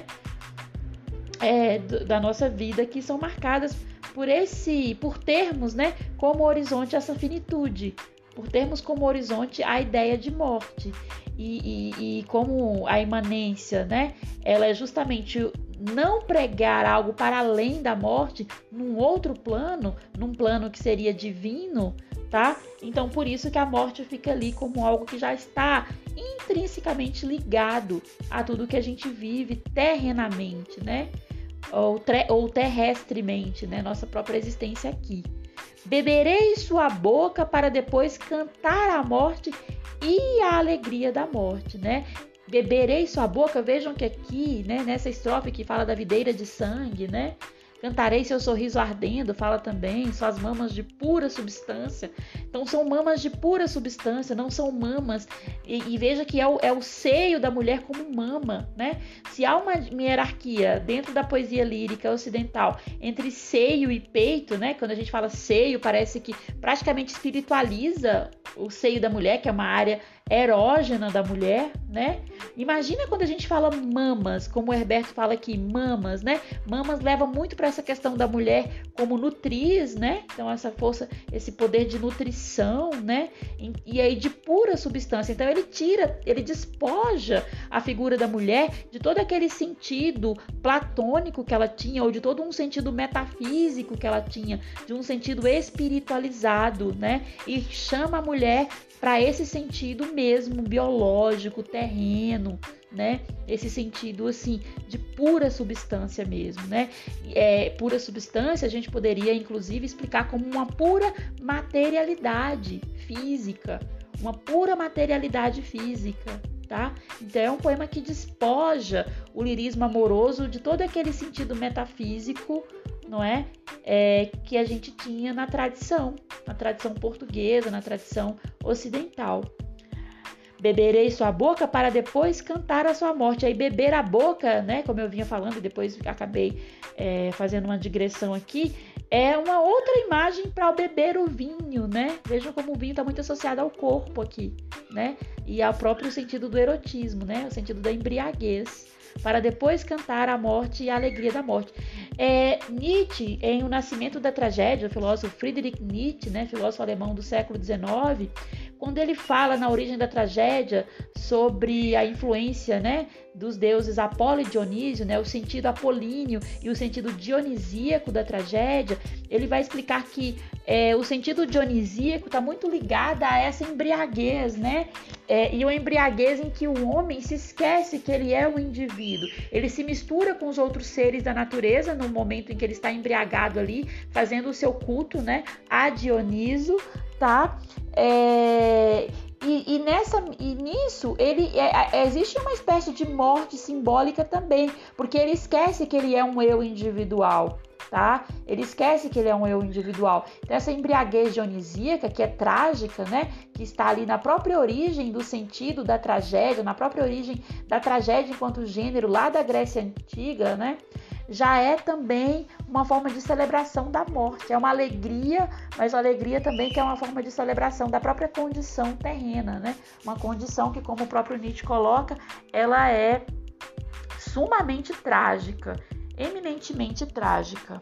A: Da nossa vida, que são marcadas por termos, né, como horizonte essa finitude, por termos como horizonte a ideia de morte e como a imanência, né, ela é justamente não pregar algo para além da morte, num outro plano, num plano que seria divino, tá? Então por isso que a morte fica ali como algo que já está intrinsecamente ligado a tudo que a gente vive terrenamente, né? Ou terrestremente, né? Nossa própria existência aqui. Beberei sua boca para depois cantar a morte e a alegria da morte, né? Beberei sua boca, vejam que aqui, né, nessa estrofe que fala da videira de sangue, né? Cantarei seu sorriso ardendo, fala também, suas mamas de pura substância. Então são mamas de pura substância, não são mamas. E veja que é o seio da mulher como mama, né? Se há uma hierarquia dentro da poesia lírica ocidental entre seio e peito, né? Quando a gente fala seio, parece que praticamente espiritualiza o seio da mulher, que é uma área erógena da mulher, né? Imagina quando a gente fala mamas, como o Herberto fala aqui, mamas, né? Mamas leva muito para essa questão da mulher como nutriz, né? Então essa força, esse poder de nutrição, né? E aí de pura substância. Então ele despoja a figura da mulher de todo aquele sentido platônico que ela tinha, ou de todo um sentido metafísico que ela tinha, de um sentido espiritualizado, né? E chama a mulher para esse sentido mesmo biológico, terreno, né? Esse sentido assim de pura substância mesmo, né? Pura substância a gente poderia inclusive explicar como uma pura materialidade física, uma pura materialidade física, tá? Então é um poema que despoja o lirismo amoroso de todo aquele sentido metafísico, não é? Que a gente tinha na tradição portuguesa, na tradição ocidental. Beberei sua boca para depois cantar a sua morte. Aí beber a boca, né? Como eu vinha falando e depois acabei fazendo uma digressão aqui, é uma outra imagem para o beber o vinho, né? Vejam como o vinho está muito associado ao corpo aqui, né? E ao próprio sentido do erotismo, né? O sentido da embriaguez. Para depois cantar a morte e a alegria da morte. Nietzsche, em O Nascimento da Tragédia, o filósofo Friedrich Nietzsche, né, filósofo alemão do século XIX, quando ele fala na origem da tragédia sobre a influência, né, dos deuses Apolo e Dionísio, né, o sentido apolíneo e o sentido dionisíaco da tragédia, ele vai explicar que o sentido dionisíaco está muito ligado a essa embriaguez, né? E uma embriaguez em que o homem se esquece que ele é um indivíduo. Ele se mistura com os outros seres da natureza no momento em que ele está embriagado ali, fazendo o seu culto, né, a Dioniso, tá? Nisso existe uma espécie de morte simbólica também, porque ele esquece que ele é um eu individual, tá? Ele esquece que ele é um eu individual. Então essa embriaguez dionisíaca, que é trágica, né? Que está ali na própria origem do sentido da tragédia, na própria origem da tragédia enquanto gênero lá da Grécia Antiga, né? Já é também uma forma de celebração da morte. É uma alegria, mas uma alegria também que é uma forma de celebração da própria condição terrena, né? Uma condição que, como o próprio Nietzsche coloca, ela é sumamente trágica, eminentemente trágica.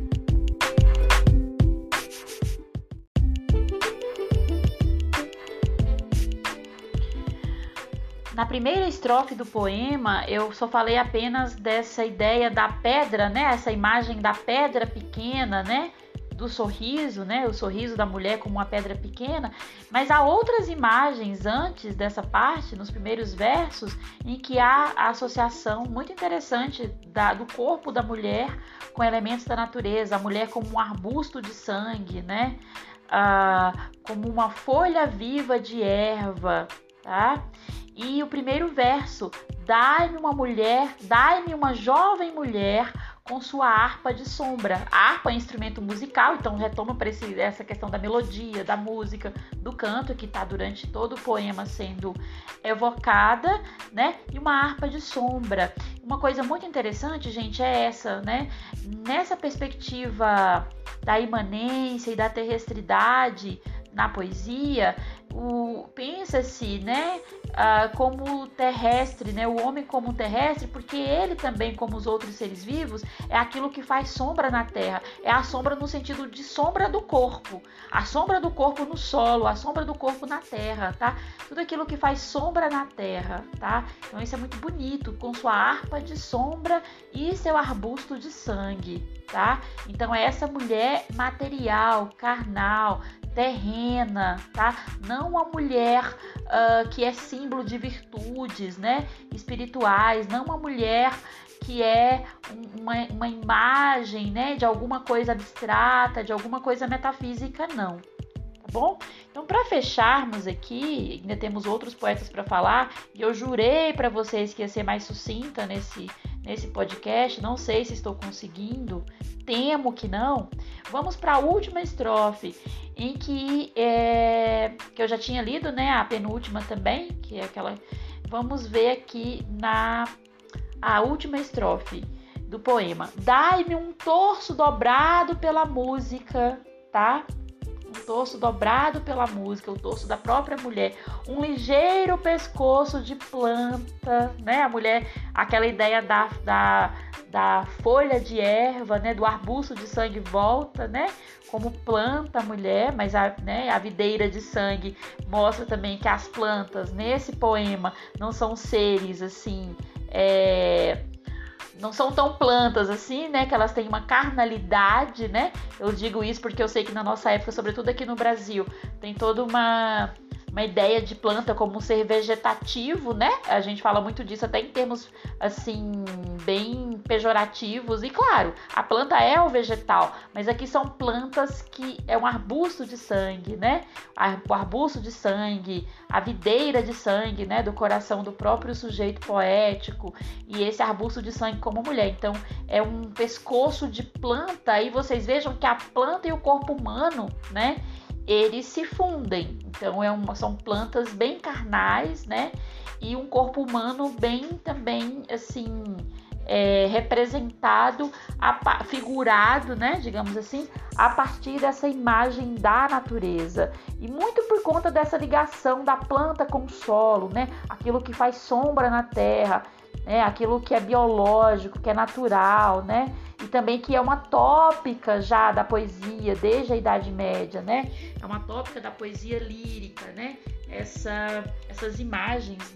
A: Na primeira estrofe do poema, eu só falei apenas dessa ideia da pedra, né? Essa imagem da pedra pequena, né? Do sorriso, né? O sorriso da mulher como uma pedra pequena. Mas há outras imagens antes dessa parte, nos primeiros versos, em que há a associação muito interessante do corpo da mulher com elementos da natureza. A mulher como um arbusto de sangue, né? Como uma folha viva de erva, tá? E o primeiro verso, dai-me uma jovem mulher com sua harpa de sombra. A harpa é instrumento musical, então retoma para essa questão da melodia, da música, do canto, que está durante todo o poema sendo evocada, né? E uma harpa de sombra. Uma coisa muito interessante, gente, é essa, né? Nessa perspectiva da imanência e da terrestridade na poesia, pensa-se, né, como terrestre, né, o homem como terrestre, porque ele também, como os outros seres vivos, é aquilo que faz sombra na terra, é a sombra no sentido de sombra do corpo, a sombra do corpo no solo, a sombra do corpo na terra, tá? Tudo aquilo que faz sombra na terra, tá? Então isso é muito bonito, com sua harpa de sombra e seu arbusto de sangue, tá? Então é essa mulher material, carnal, terrena, tá? Não uma mulher que é símbolo de virtudes, né, espirituais, não uma mulher que é uma imagem, né, de alguma coisa abstrata, de alguma coisa metafísica, não. Tá bom? Então, para fecharmos aqui, ainda temos outros poetas para falar, e eu jurei para vocês que ia ser mais sucinta nesse podcast, não sei se estou conseguindo, temo que não. Vamos para a última estrofe, em que eu já tinha lido, né, a penúltima também, que é aquela. Vamos ver aqui a última estrofe do poema. Dai-me um torso dobrado pela música, tá? Um torso dobrado pela música, o torso da própria mulher, um ligeiro pescoço de planta, né? A mulher, aquela ideia da folha de erva, né? Do arbusto de sangue volta, né? Como planta a mulher, mas a videira de sangue mostra também que as plantas nesse poema não são seres assim, não são tão plantas assim, né? Que elas têm uma carnalidade, né? Eu digo isso porque eu sei que na nossa época, sobretudo aqui no Brasil, tem toda uma ideia de planta como um ser vegetativo, né? A gente fala muito disso até em termos, assim, bem pejorativos. E, claro, a planta é o vegetal, mas aqui são plantas que é um arbusto de sangue, né? O arbusto de sangue, a videira de sangue, né? Do coração do próprio sujeito poético. E esse arbusto de sangue como mulher. Então, é um pescoço de planta. Aí vocês vejam que a planta e o corpo humano, né? Eles se fundem, então são plantas bem carnais, né? E um corpo humano bem também, assim, representado, figurado, né? Digamos assim, a partir dessa imagem da natureza. E muito por conta dessa ligação da planta com o solo, né? Aquilo que faz sombra na terra, né? Aquilo que é biológico, que é natural, né? E também que é uma tópica já da poesia desde a Idade Média, né? É uma tópica da poesia lírica, né? Essas imagens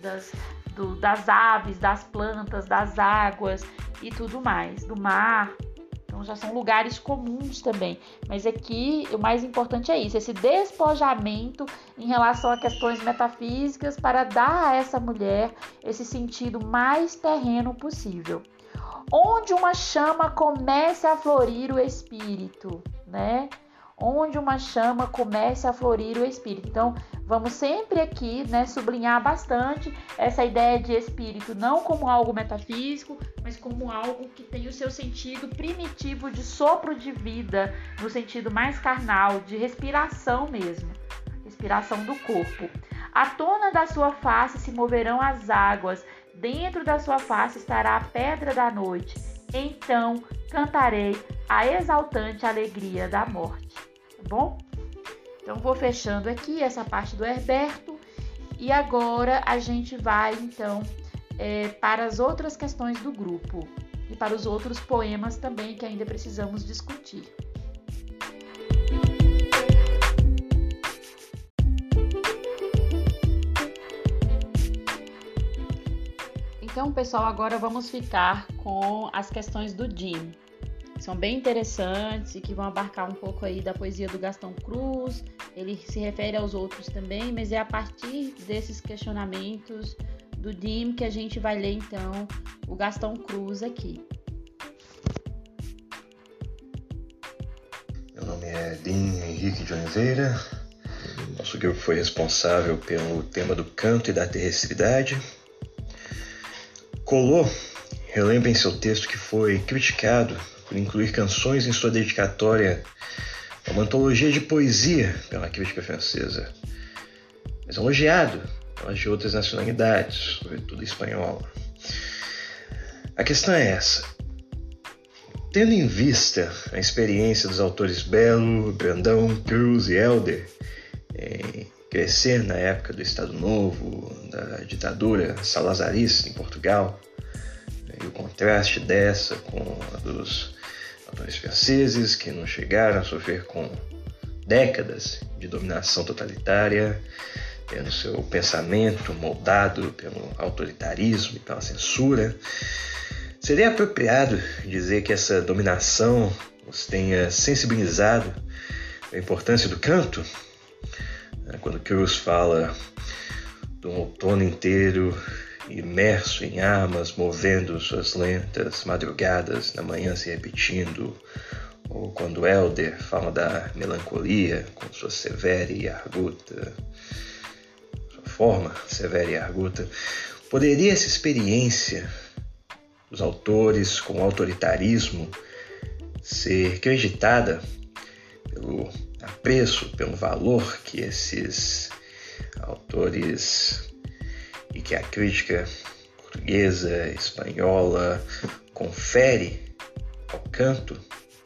A: das aves, das plantas, das águas e tudo mais, do mar. Então já são lugares comuns também. Mas aqui o mais importante é isso, esse despojamento em relação a questões metafísicas para dar a essa mulher esse sentido mais terreno possível. Onde uma chama comece a florir o espírito, né? Onde uma chama comece a florir o espírito. Então, vamos sempre aqui, né, sublinhar bastante essa ideia de espírito, não como algo metafísico, mas como algo que tem o seu sentido primitivo de sopro de vida, no sentido mais carnal, de respiração mesmo, respiração do corpo. À tona da sua face se moverão as águas, dentro da sua face estará a pedra da noite. Então cantarei a exaltante alegria da morte. Tá bom? Então vou fechando aqui essa parte do Herberto. E agora a gente vai, então, para as outras questões do grupo. E para os outros poemas também que ainda precisamos discutir. Então, pessoal, agora vamos ficar com as questões do Jim. São bem interessantes e que vão abarcar um pouco aí da poesia do Gastão Cruz. Ele se refere aos outros também, mas é a partir desses questionamentos do Jim que a gente vai ler, então, o Gastão Cruz aqui.
C: Meu nome é Jim Henrique de Oliveira. Nosso grupo foi responsável pelo tema do canto e da terrestridade. Collot relembra em seu texto que foi criticado por incluir canções em sua dedicatória a uma antologia de poesia pela crítica francesa, mas elogiado pelas de outras nacionalidades, sobretudo espanhola. A questão é essa. Tendo em vista a experiência dos autores Belo, Brandão, Cruz e Helder em crescer na época do Estado Novo, da ditadura salazarista em Portugal, e o contraste dessa com a dos autores franceses que não chegaram a sofrer com décadas de dominação totalitária, tendo seu pensamento moldado pelo autoritarismo e pela censura, seria apropriado dizer que essa dominação os tenha sensibilizado com a importância do canto? Quando Cruz fala de um outono inteiro imerso em armas, movendo suas lentas madrugadas, na manhã se repetindo, ou quando Helder fala da melancolia com sua severa e arguta, sua forma severa e arguta, poderia essa experiência dos autores com autoritarismo ser creditada pelo apreço, pelo valor que esses autores e que a crítica portuguesa, espanhola confere ao canto?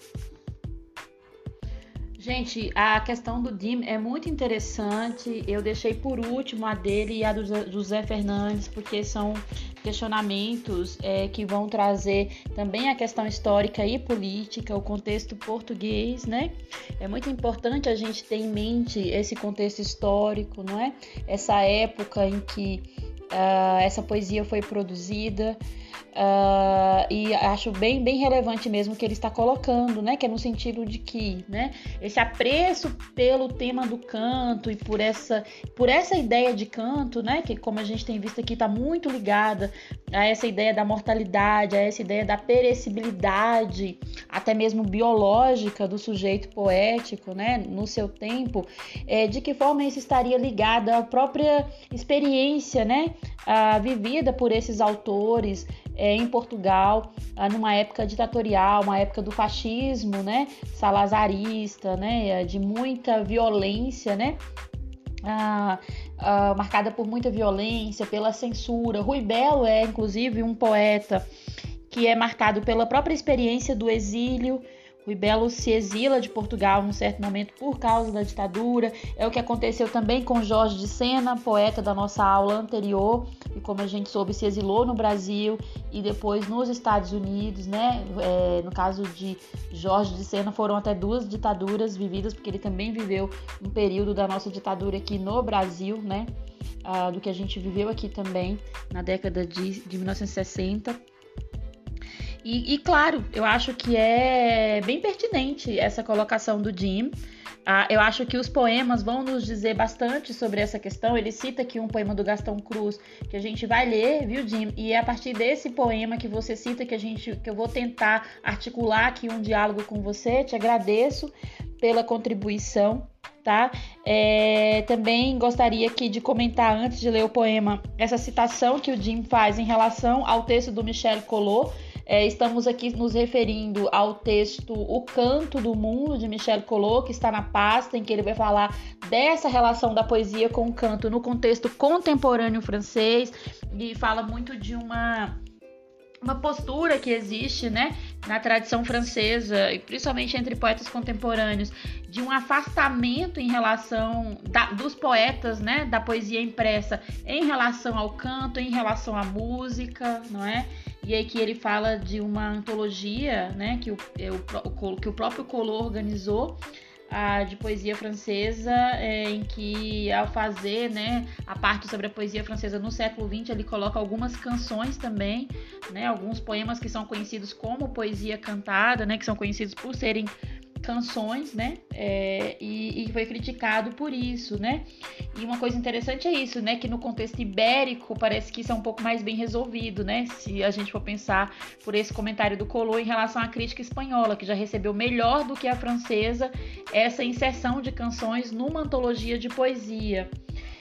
A: Gente, a questão do Dim é muito interessante. Eu deixei por último a dele e a do José Fernandes, porque são questionamentos que vão trazer também a questão histórica e política, o contexto português, né? É muito importante a gente ter em mente esse contexto histórico, não é? Essa época em que essa poesia foi produzida. E acho bem relevante mesmo o que ele está colocando, né? Que é no sentido de que, né, esse apreço pelo tema do canto e por essa ideia de canto, né, que como a gente tem visto aqui está muito ligada a essa ideia da mortalidade, a essa ideia da perecibilidade, até mesmo biológica do sujeito poético, né, no seu tempo, de que forma isso estaria ligado à própria experiência, né, vivida por esses autores em Portugal, numa época ditatorial, uma época do fascismo, né, salazarista, né, de muita violência, né, marcada por muita violência, pela censura. Rui Belo é, inclusive, um poeta que é marcado pela própria experiência do exílio. Rui Belo se exila de Portugal num certo momento por causa da ditadura. É o que aconteceu também com Jorge de Sena, poeta da nossa aula anterior, e como a gente soube, se exilou no Brasil e depois nos Estados Unidos, né? No caso de Jorge de Sena, foram até 2 ditaduras vividas, porque ele também viveu um período da nossa ditadura aqui no Brasil, né? Do que a gente viveu aqui também na década de 1960. E claro, eu acho que é bem pertinente essa colocação do Dim. Eu acho que os poemas vão nos dizer bastante sobre essa questão. Ele cita aqui um poema do Gastão Cruz, que a gente vai ler, viu, Dim? E é a partir desse poema que você cita que eu vou tentar articular aqui um diálogo com você. Te agradeço pela contribuição, tá? Também gostaria aqui de comentar, antes de ler o poema, essa citação que o Dim faz em relação ao texto do Michel Collot. Estamos aqui nos referindo ao texto O Canto do Mundo, de Michel Collot, que está na pasta, em que ele vai falar dessa relação da poesia com o canto no contexto contemporâneo francês, e fala muito de uma postura que existe, né, na tradição francesa, e principalmente entre poetas contemporâneos, de um afastamento em relação dos poetas, né, da poesia impressa em relação ao canto, em relação à música, não é? E aí que ele fala de uma antologia, né, que o próprio Collot organizou, de poesia francesa, em que, ao fazer, né, a parte sobre a poesia francesa no século XX, ele coloca algumas canções também, né, alguns poemas que são conhecidos como poesia cantada, né, que são conhecidos por serem canções, né, e foi criticado por isso, né. E uma coisa interessante é isso, né, que no contexto ibérico parece que isso é um pouco mais bem resolvido, né, se a gente for pensar por esse comentário do Collot em relação à crítica espanhola, que já recebeu melhor do que a francesa essa inserção de canções numa antologia de poesia.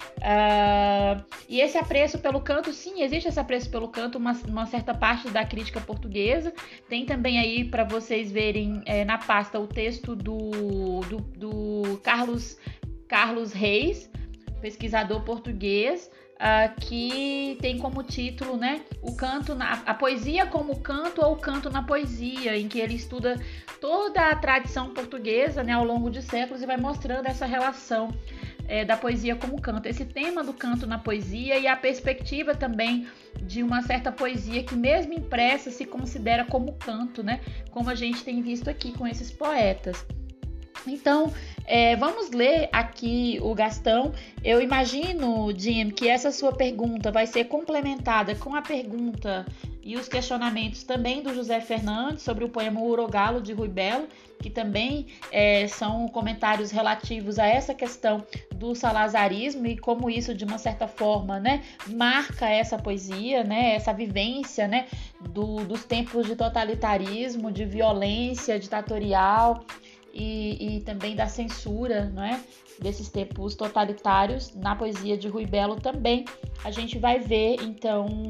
A: E esse apreço pelo canto, sim, existe esse apreço pelo canto, uma certa parte da crítica portuguesa. Tem também aí para vocês verem na pasta o texto do Carlos Reis, pesquisador português, que tem como título, né, a poesia como canto ou canto na poesia, em que ele estuda toda a tradição portuguesa, né, ao longo de séculos, e vai mostrando essa relação da poesia como canto, esse tema do canto na poesia e a perspectiva também de uma certa poesia que mesmo impressa se considera como canto, né, como a gente tem visto aqui com esses poetas. Então, vamos ler aqui o Gastão. Eu imagino, Jim, que essa sua pergunta vai ser complementada com a pergunta e os questionamentos também do José Fernandes sobre o poema Urogalo, de Rui Belo, que também são comentários relativos a essa questão do salazarismo e como isso, de uma certa forma, né, marca essa poesia, né, essa vivência, né, dos tempos de totalitarismo, de violência ditatorial, e também da censura, não é? Desses tempos totalitários na poesia de Rui Belo também. A gente vai ver, então,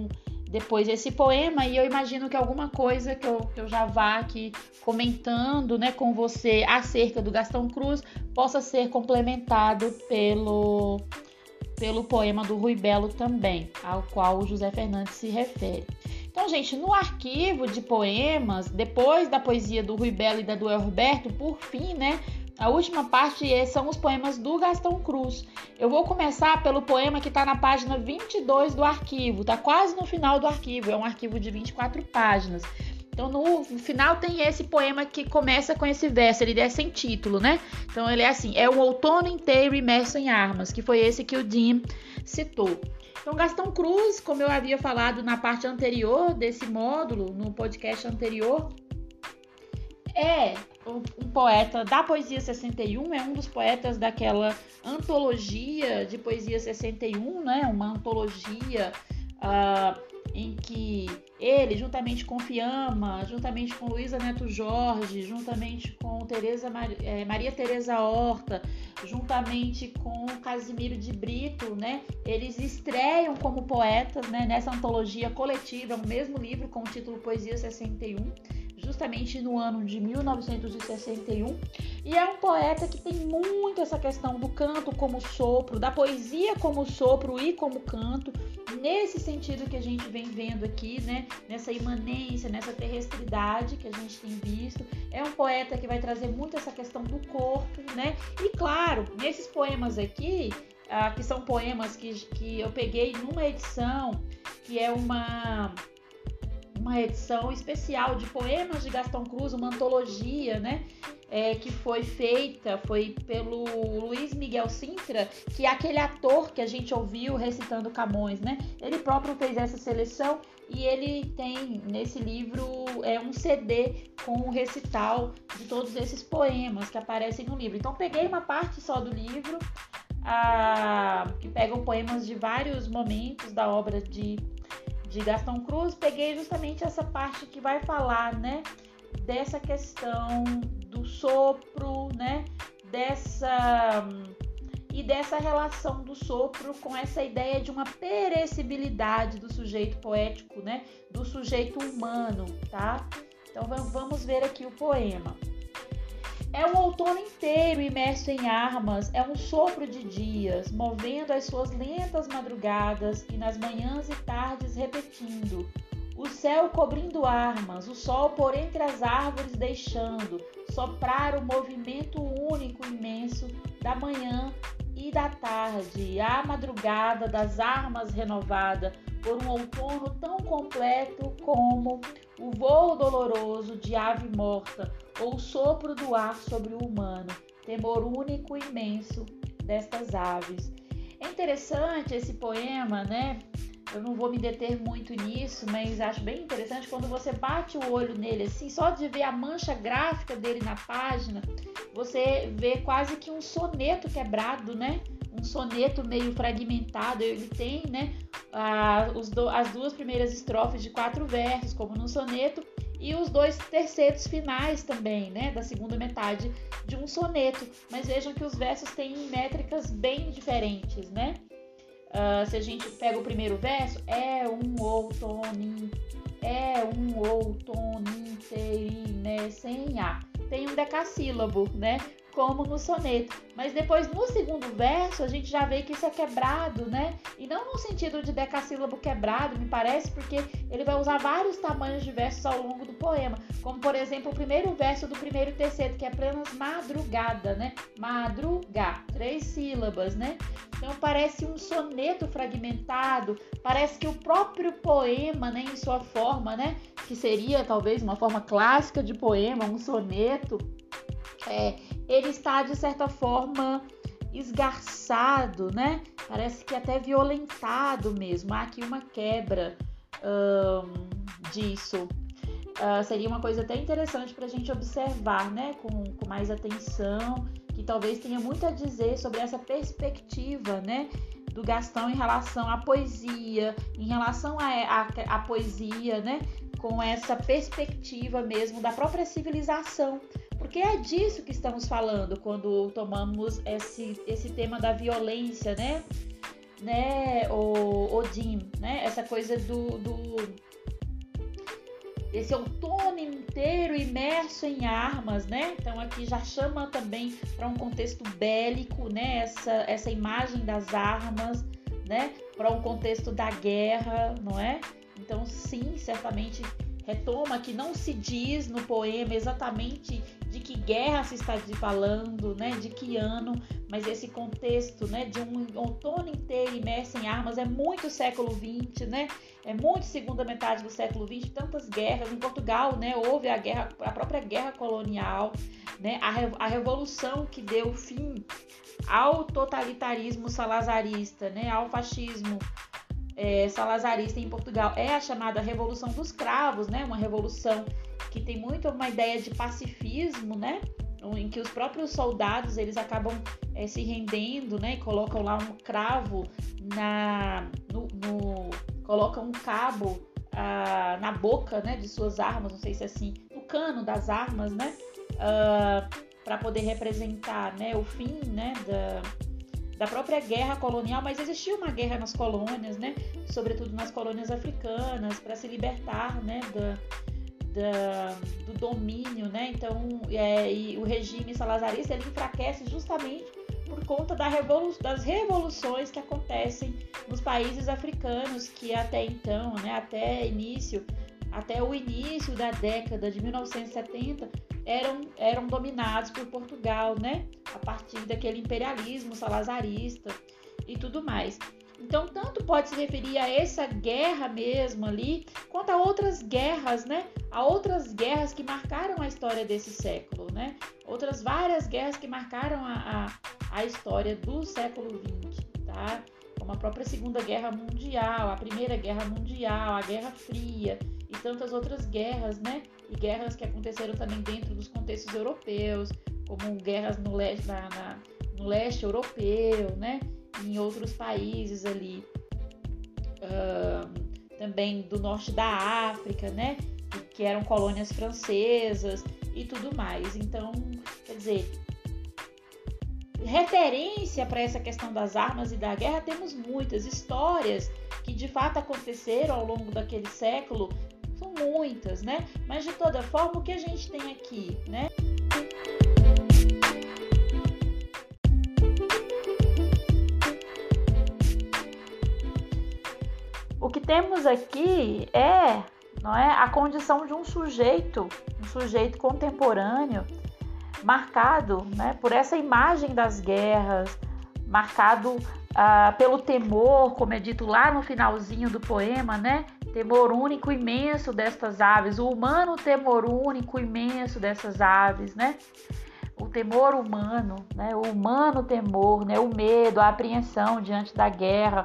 A: depois esse poema, e eu imagino que alguma coisa que eu já vá aqui comentando, né, com você acerca do Gastão Cruz possa ser complementado pelo poema do Rui Belo também, ao qual o José Fernandes se refere. Então, gente, no arquivo de poemas, depois da poesia do Rui Belo e da do Herberto, por fim, né, a última parte são os poemas do Gastão Cruz. Eu vou começar pelo poema que está na página 22 do arquivo, está quase no final do arquivo, é um arquivo de 24 páginas. Então, no final tem esse poema que começa com esse verso, ele é sem título, né? Então, ele é assim, é o outono inteiro imerso em armas, que foi esse que o Dim citou. Então, Gastão Cruz, como eu havia falado na parte anterior desse módulo, no podcast anterior, é um poeta da Poesia 61, é um dos poetas daquela antologia de Poesia 61, né? Uma antologia em que ele, juntamente com Fiamma, juntamente com Luísa Neto Jorge, juntamente com Maria Tereza Horta, juntamente com Casimiro de Brito, né? Eles estreiam como poetas, né, nessa antologia coletiva, no mesmo livro com o título Poesia 61, justamente no ano de 1961, e é um poeta que tem muito essa questão do canto como sopro, da poesia como sopro e como canto, nesse sentido que a gente vem vendo aqui, né? Nessa imanência, nessa terrestridade que a gente tem visto. É um poeta que vai trazer muito essa questão do corpo, né? E claro, nesses poemas aqui, que são poemas que eu peguei numa edição, que é uma edição especial de poemas de Gastão Cruz, uma antologia, né? Que foi pelo Luiz Miguel Sintra, que é aquele ator que a gente ouviu recitando Camões, né? Ele próprio fez essa seleção e ele tem nesse livro um CD com o recital de todos esses poemas que aparecem no livro. Então peguei uma parte só do livro, que pegam poemas de vários momentos da obra de Gastão Cruz, peguei justamente essa parte que vai falar, né, dessa questão do sopro, né, dessa relação do sopro com essa ideia de uma perecibilidade do sujeito poético, né, do sujeito humano, tá? Então vamos ver aqui o poema. É um outono inteiro imerso em armas, é um sopro de dias, movendo as suas lentas madrugadas e nas manhãs e tardes repetindo. O céu cobrindo armas, o sol por entre as árvores deixando soprar o movimento único imenso da manhã e da tarde, a madrugada das armas renovada por um outono tão completo como o vôo doloroso de ave morta ou o sopro do ar sobre o humano, temor único e imenso destas aves. É interessante esse poema, né? Eu não vou me deter muito nisso, mas acho bem interessante quando você bate o olho nele assim, só de ver a mancha gráfica dele na página, você vê quase que um soneto quebrado, né? Um soneto meio fragmentado. Ele tem, né, as duas primeiras estrofes de 4 versos, como no soneto, e os 2 terceiros finais também, né, da segunda metade de um soneto. Mas vejam que os versos têm métricas bem diferentes, né? Se a gente pega o primeiro verso, é um outono inteiro, né, sem A. Tem um decassílabo, né? Como no soneto. Mas depois, no segundo verso, a gente já vê que isso é quebrado, né? E não no sentido de decassílabo quebrado, me parece, porque ele vai usar vários tamanhos de versos ao longo do poema. Como, por exemplo, o primeiro verso do primeiro terceiro, que é apenas madrugada, né? Madrugar, 3 sílabas, né? Então parece um soneto fragmentado, parece que o próprio poema, né, em sua forma, né, que seria talvez uma forma clássica de poema, um soneto, ele está de certa forma esgarçado, né? Parece que até violentado mesmo. Há aqui uma quebra disso. Seria uma coisa até interessante para a gente observar, né, com mais atenção, que talvez tenha muito a dizer sobre essa perspectiva, né, do Gastão em relação à poesia, em relação à poesia, né, com essa perspectiva mesmo da própria civilização. Porque é disso que estamos falando quando tomamos esse tema da violência, né? né, o Odin, né? Essa coisa esse outono inteiro imerso em armas, né? Então aqui já chama também para um contexto bélico, né? Essa imagem das armas, né? Para um contexto da guerra, não é? Então sim, certamente retoma que não se diz no poema exatamente de que guerra se está falando, né? De que ano, mas esse contexto, né? De um outono inteiro imerso em armas é muito século XX, né? É muito segunda metade do século XX, tantas guerras. Em Portugal, né? Houve a própria guerra colonial, né? A revolução que deu fim ao totalitarismo salazarista, né? Ao fascismo salazarista em Portugal é a chamada Revolução dos Cravos, né? Uma revolução que tem muito uma ideia de pacifismo, né? Em que os próprios soldados eles acabam se rendendo, né? E colocam lá um cravo colocam um cabo na boca, né? De suas armas, não sei se é assim, no cano das armas, né? Para poder representar, né? O fim, né? Da própria guerra colonial, mas existia uma guerra nas colônias, né? Sobretudo nas colônias africanas, para se libertar, né? Do domínio, né? Então, e o regime salazarista ele enfraquece justamente por conta das revoluções que acontecem nos países africanos, que até então, né? Até o início da década de 1970 eram dominados por Portugal, né? A partir daquele imperialismo salazarista e tudo mais. Então, tanto pode se referir a essa guerra mesmo ali, quanto a outras guerras, né? A outras guerras que marcaram a história desse século, né? Outras várias guerras que marcaram a história do século XX, tá? Como a própria Segunda Guerra Mundial, a Primeira Guerra Mundial, a Guerra Fria e tantas outras guerras, né? E guerras que aconteceram também dentro dos contextos europeus, como guerras no leste europeu, né? Em outros países ali, também do norte da África, né? Que eram colônias francesas e tudo mais. Então, quer dizer, referência para essa questão das armas e da guerra temos muitas histórias que de fato aconteceram ao longo daquele século, são muitas, né? Mas de toda forma, o que a gente tem aqui, né? O que temos aqui não é, a condição de um sujeito contemporâneo, marcado, né, por essa imagem das guerras, marcado pelo temor, como é dito lá no finalzinho do poema, né? Temor único imenso destas aves, o humano temor único imenso dessas aves, né? O temor humano, né? O humano temor, né? O medo, a apreensão diante da guerra.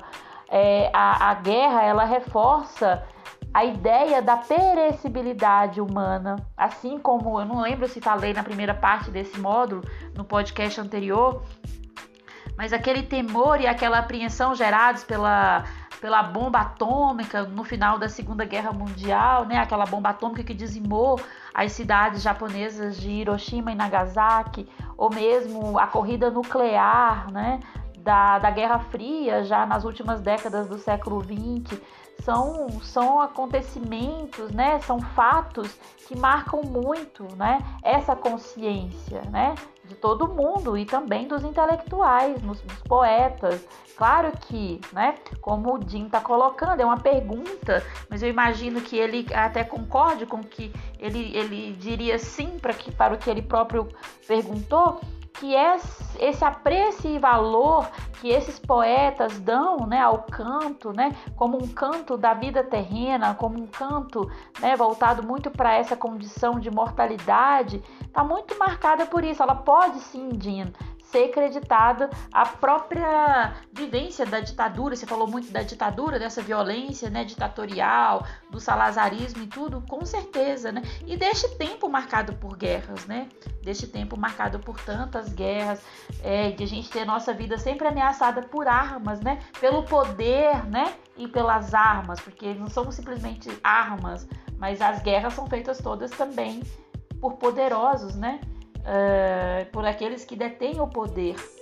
A: A guerra, ela reforça a ideia da perecibilidade humana, assim como, eu não lembro se falei na primeira parte desse módulo, no podcast anterior, mas aquele temor e aquela apreensão gerados pela bomba atômica no final da Segunda Guerra Mundial, né? Aquela bomba atômica que dizimou as cidades japonesas de Hiroshima e Nagasaki, ou mesmo a corrida nuclear, né? Da Guerra Fria, já nas últimas décadas do século XX, são acontecimentos, né? São fatos que marcam muito, né? Essa consciência, né? De todo mundo e também dos intelectuais, dos poetas. Claro que, né? Como o Jim está colocando, é uma pergunta, mas eu imagino que ele até concorde com que ele diria sim para o que ele próprio perguntou, que é esse apreço e valor que esses poetas dão, né, ao canto, né, como um canto da vida terrena, como um canto, né, voltado muito para essa condição de mortalidade, está muito marcada por isso. Ela pode sim, Jean, ser creditada à própria vivência da ditadura. Você falou muito da ditadura, dessa violência, né, ditatorial, do salazarismo e tudo, com certeza, né? E deste tempo marcado por guerras, né? Deste tempo marcado por tantas guerras, de a gente ter nossa vida sempre ameaçada por armas, né? Pelo poder, né? E pelas armas, porque não são simplesmente armas, mas as guerras são feitas todas também por poderosos, né? Por aqueles que detêm o poder.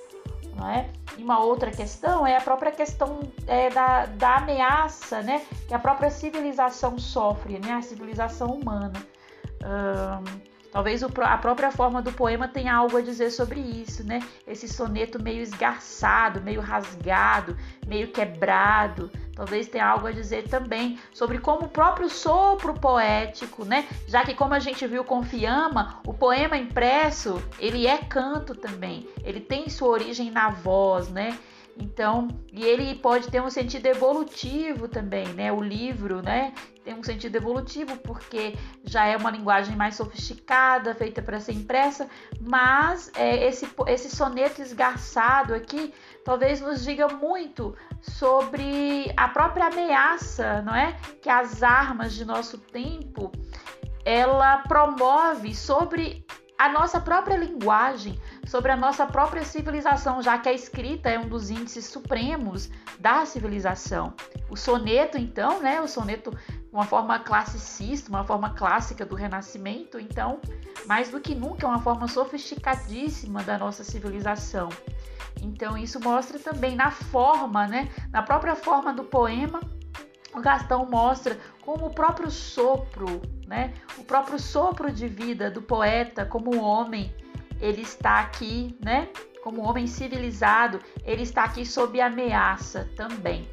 A: não é? E uma outra questão é a própria questão da ameaça, né, que a própria civilização sofre, né, a civilização humana. Talvez a própria forma do poema tenha algo a dizer sobre isso, né? Esse soneto meio esgarçado, meio rasgado, meio quebrado. Talvez tenha algo a dizer também sobre como o próprio sopro poético, né? Já que, como a gente viu com Fiamma, o poema impresso, ele é canto também. Ele tem sua origem na voz, né? Então, e ele pode ter um sentido evolutivo também, né? O livro, né, tem um sentido evolutivo porque já é uma linguagem mais sofisticada, feita para ser impressa, mas esse soneto esgarçado aqui talvez nos diga muito sobre a própria ameaça, não é? Que as armas de nosso tempo, ela promove sobre a nossa própria linguagem, sobre a nossa própria civilização, já que a escrita é um dos índices supremos da civilização. O soneto, então, né, o soneto, uma forma classicista, uma forma clássica do Renascimento, então, mais do que nunca, é uma forma sofisticadíssima da nossa civilização. Então, isso mostra também na forma, né, na própria forma do poema. O Gastão mostra como o próprio sopro, né, o próprio sopro de vida do poeta, como homem, ele está aqui, né, como homem civilizado, ele está aqui sob ameaça também.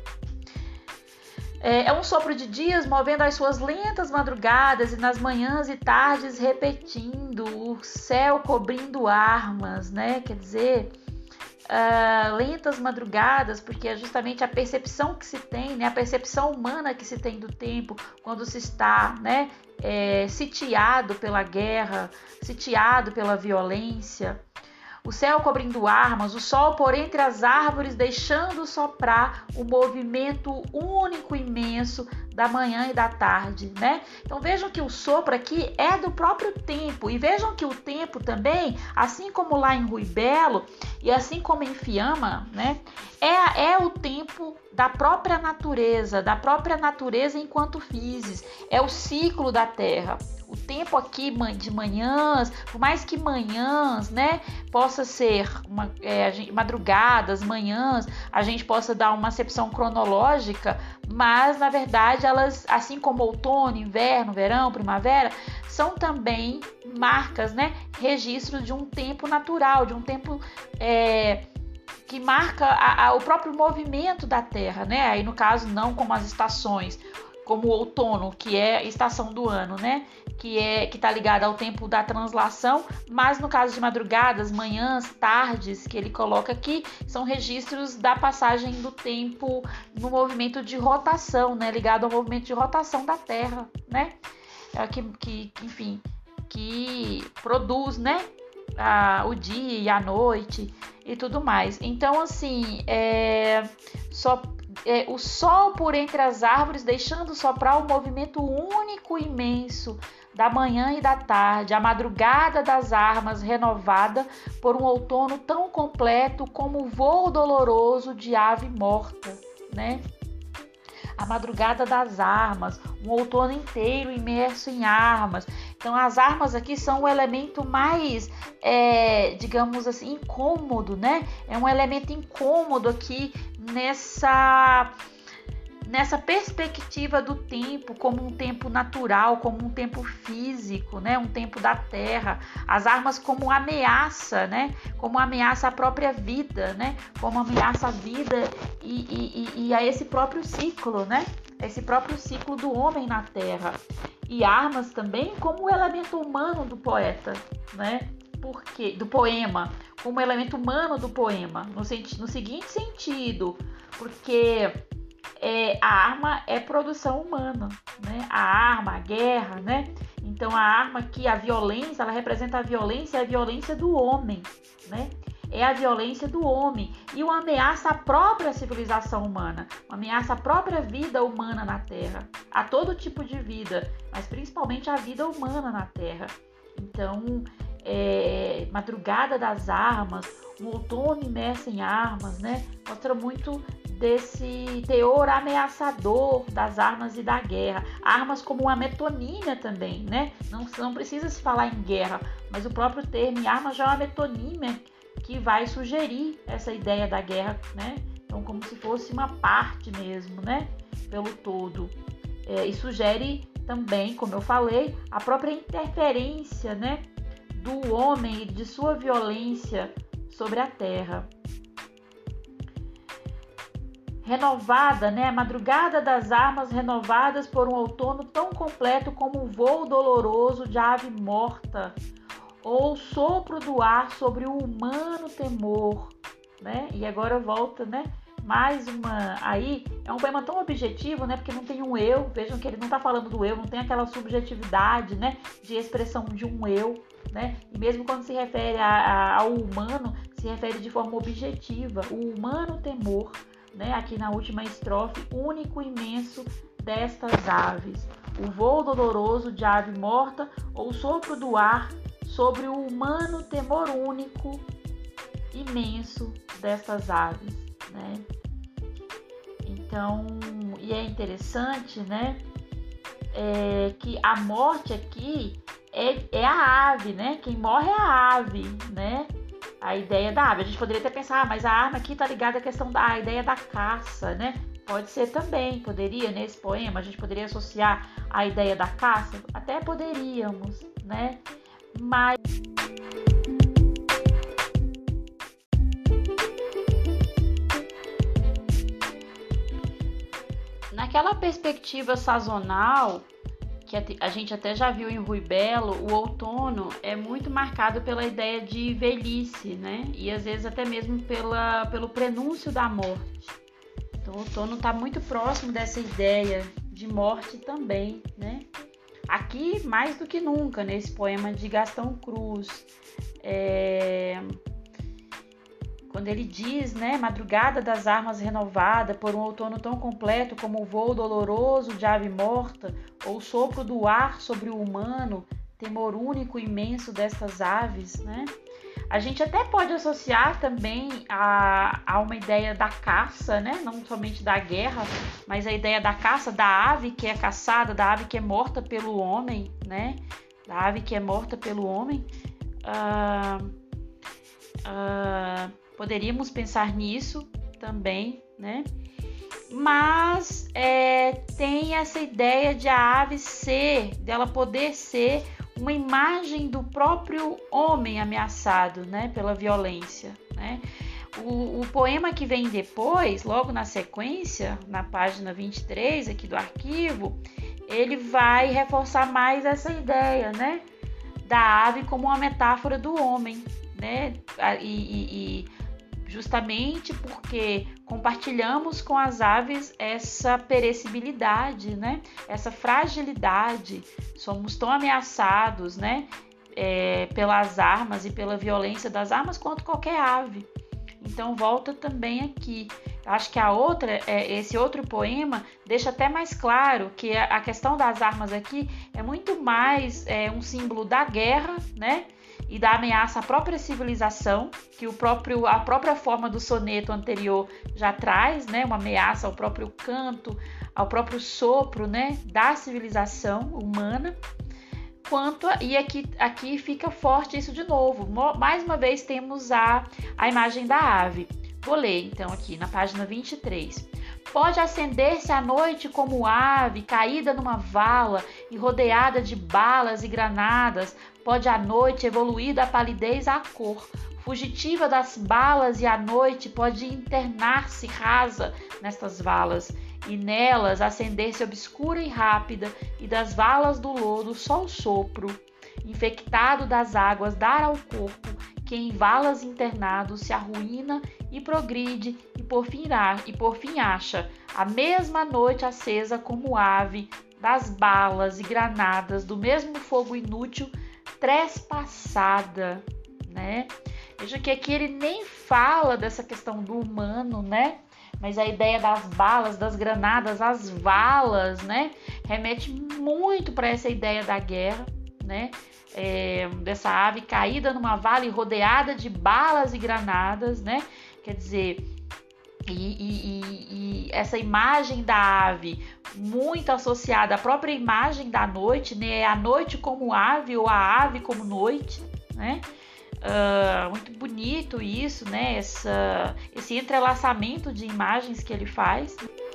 A: É um sopro de dias movendo as suas lentas madrugadas e nas manhãs e tardes repetindo, o céu cobrindo armas, né, quer dizer, lentas madrugadas, porque é justamente a percepção que se tem, né, a percepção humana que se tem do tempo, quando se está, né, sitiado pela guerra, sitiado pela violência. O céu cobrindo armas, o sol por entre as árvores, deixando soprar o movimento único e imenso da manhã e da tarde, né? Então vejam que o sopro aqui é do próprio tempo, e vejam que o tempo também, assim como lá em Rui Belo e assim como em Fiamma, né, é o tempo da própria natureza enquanto physis, é o ciclo da Terra. O tempo aqui de manhãs, por mais que manhãs, né, possa ser madrugadas, manhãs, a gente possa dar uma acepção cronológica, mas na verdade elas, assim como outono, inverno, verão, primavera, são também marcas, né, registros de um tempo natural, de um tempo que marca o próprio movimento da Terra, né? Aí no caso não como as estações, como o outono, que é a estação do ano, né? Que está ligada ao tempo da translação, mas no caso de madrugadas, manhãs, tardes, que ele coloca aqui, são registros da passagem do tempo no movimento de rotação, né? Ligado ao movimento de rotação da Terra, né? Enfim, que produz, né, o dia e a noite e tudo mais. Então, assim, o sol por entre as árvores, deixando soprar o movimento único e imenso da manhã e da tarde, a madrugada das armas renovada por um outono tão completo como o voo doloroso de ave morta, né? A madrugada das armas, um outono inteiro imerso em armas. Então, as armas aqui são o elemento mais, digamos assim, incômodo, né? É um elemento incômodo aqui nessa perspectiva do tempo como um tempo natural, como um tempo físico, né? Um tempo da terra. As armas como ameaça, né? Como ameaça à própria vida, né? Como ameaça à vida e a esse próprio ciclo, né? Esse próprio ciclo do homem na terra. E armas também como o elemento humano do poeta, né? Do poema, como elemento humano do poema, no seguinte sentido, porque a arma é produção humana, né? A arma, a guerra, né? Então a arma aqui, a violência, ela representa a violência do homem, né? É a violência do homem e uma ameaça à própria civilização humana, uma ameaça à própria vida humana na Terra, a todo tipo de vida, mas principalmente a vida humana na Terra. Então, madrugada das armas, um outono imerso em armas, né? Mostra muito desse teor ameaçador das armas e da guerra. Armas como uma metonímia também, né? Não precisa se falar em guerra, mas o próprio termo arma já é uma metonímia que vai sugerir essa ideia da guerra, né? Então, como se fosse uma parte mesmo, né? Pelo todo. E sugere também, como eu falei, a própria interferência, né? Do homem e de sua violência sobre a terra. Renovada, né? A madrugada das armas renovadas por um outono tão completo como o voo doloroso de ave morta, ou o sopro do ar sobre o humano temor, né? E agora volta, né? Mais uma... Aí é um poema tão objetivo, né? Porque não tem um eu. Vejam que ele não está falando do eu, não tem aquela subjetividade, né? De expressão de um eu, né? E mesmo quando se refere ao humano, se refere de forma objetiva. O humano temor, né? Aqui na última estrofe, único imenso destas aves. O voo doloroso de ave morta ou o sopro do ar sobre o humano temor único imenso destas aves, né? Então, e é interessante, né? Que a morte aqui é a ave, né? Quem morre é a ave, né? A ideia da ave. A gente poderia até pensar, mas a arma aqui está ligada à questão da ideia da caça, né? Pode ser também, poderia, nesse poema, a gente poderia associar a ideia da caça? Até poderíamos, né? Mas... naquela perspectiva sazonal, que a gente até já viu em Ruy Belo, o outono é muito marcado pela ideia de velhice, né? E às vezes até mesmo pelo prenúncio da morte. Então o outono está muito próximo dessa ideia de morte também, né? Aqui mais do que nunca, nesse poema de Gastão Cruz. Quando ele diz, né, madrugada das armas renovada por um outono tão completo como o voo doloroso de ave morta ou o sopro do ar sobre o humano, temor único e imenso destas aves, né? A gente até pode associar também a uma ideia da caça, né? Não somente da guerra, mas a ideia da caça, da ave que é caçada, da ave que é morta pelo homem, né? Da ave que é morta pelo homem. Poderíamos pensar nisso também, né? Mas tem essa ideia de a ave dela poder ser uma imagem do próprio homem ameaçado, né, pela violência, né? O poema que vem depois, logo na sequência, na página 23 aqui do arquivo, ele vai reforçar mais essa ideia, né, da ave como uma metáfora do homem, né? E justamente porque compartilhamos com as aves essa perecibilidade, né? Essa fragilidade, somos tão ameaçados, né? Pelas armas e pela violência das armas quanto qualquer ave. Então volta também aqui. Acho que esse outro poema deixa até mais claro que a questão das armas aqui é muito mais um símbolo da guerra, né? E da ameaça à própria civilização, que a própria forma do soneto anterior já traz, né, uma ameaça ao próprio canto, ao próprio sopro, né, da civilização humana. E aqui fica forte isso de novo. Mais uma vez temos a imagem da ave. Vou ler então aqui na página 23. Pode acender-se à noite como ave, caída numa vala e rodeada de balas e granadas. Pode à noite evoluir da palidez à cor, fugitiva das balas, e à noite pode internar-se rasa nestas valas, e nelas acender-se obscura e rápida, e das valas do lodo só o sopro, infectado das águas, dar ao corpo, que em valas internado se arruína e progride, e por fim acha a mesma noite acesa como ave das balas e granadas do mesmo fogo inútil trespassada, né? Veja que aqui ele nem fala dessa questão do humano, né? Mas a ideia das balas, das granadas, as valas, né? Remete muito para essa ideia da guerra, né? Dessa ave caída numa vala e rodeada de balas e granadas, né? Quer dizer, e essa imagem da ave muito associada à própria imagem da noite, né? A noite como ave ou a ave como noite, né? muito bonito isso, né? Esse entrelaçamento de imagens que ele faz.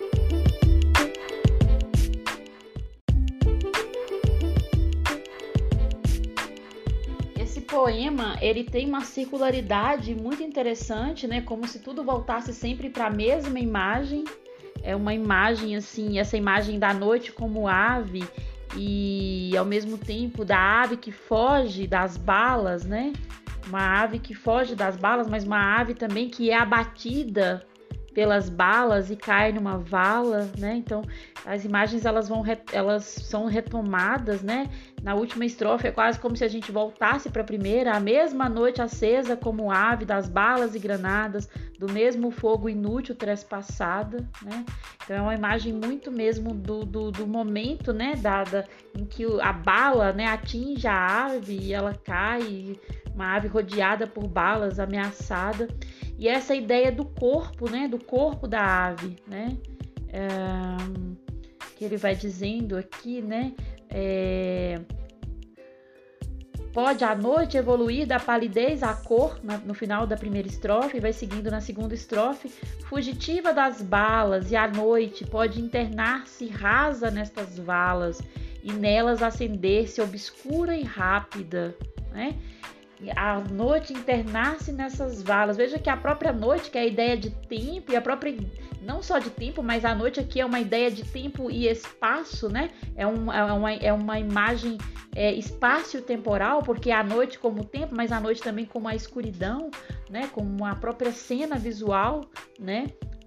A: Esse poema, ele tem uma circularidade muito interessante, né? Como se tudo voltasse sempre para a mesma imagem. É uma imagem assim, essa imagem da noite como ave e ao mesmo tempo da ave que foge das balas, né? Uma ave que foge das balas, mas uma ave também que é abatida pelas balas e cai numa vala, né? Então, as imagens elas são retomadas, né? Na última estrofe é quase como se a gente voltasse para a primeira, a mesma noite acesa como ave das balas e granadas, do mesmo fogo inútil trespassada, né? Então é uma imagem muito mesmo do momento, né? Em que a bala, né, atinge a ave e ela cai, uma ave rodeada por balas, ameaçada. E essa ideia do corpo, né? Do corpo da ave, né? Que ele vai dizendo aqui, né? Pode a noite evoluir da palidez à cor, no final da primeira estrofe, e vai seguindo na segunda estrofe. Fugitiva das balas, e a noite pode internar-se rasa nestas valas, e nelas acender-se obscura e rápida, né? A noite internar-se nessas valas. Veja que a própria noite, que é a ideia de tempo, e a própria, não só de tempo, mas a noite aqui é uma ideia de tempo e espaço, né? É uma imagem espaço-temporal, porque a noite como tempo, mas a noite também como a escuridão, né? Como a própria cena visual, né?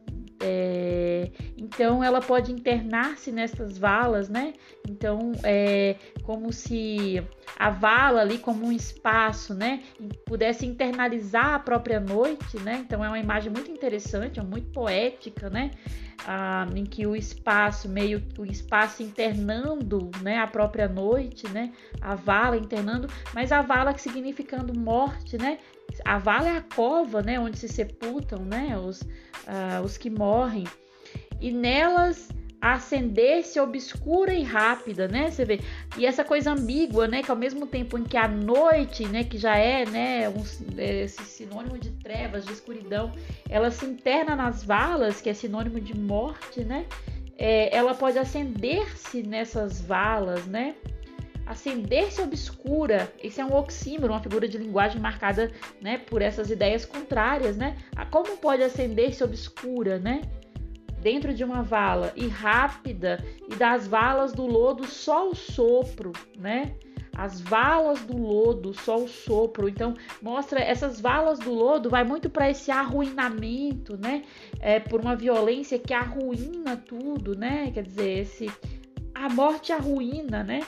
A: Então ela pode internar-se nessas valas, né? Então como se a vala ali como um espaço, né, pudesse internalizar a própria noite, né? Então é uma imagem muito interessante, muito poética, né? Em que o espaço internando, né, a própria noite, né? A vala internando, mas a vala que significando morte, né? A vala é a cova, né, onde se sepultam, né, os que morrem, e nelas acender-se obscura e rápida, né? Você vê, e essa coisa ambígua, né? Que ao mesmo tempo em que a noite, né, que já é, né, esse sinônimo de trevas, de escuridão, ela se interna nas valas, que é sinônimo de morte, né? Ela pode acender-se nessas valas, né? Acender-se obscura, esse é um oxímoro, uma figura de linguagem marcada, né, por essas ideias contrárias, né? Como pode acender-se obscura, né? Dentro de uma vala, e rápida, e das valas do lodo só o sopro, né? As valas do lodo, só o sopro. Então, mostra essas valas do lodo, vai muito para esse arruinamento, né? Por uma violência que arruína tudo, né? Quer dizer, a morte arruína, né?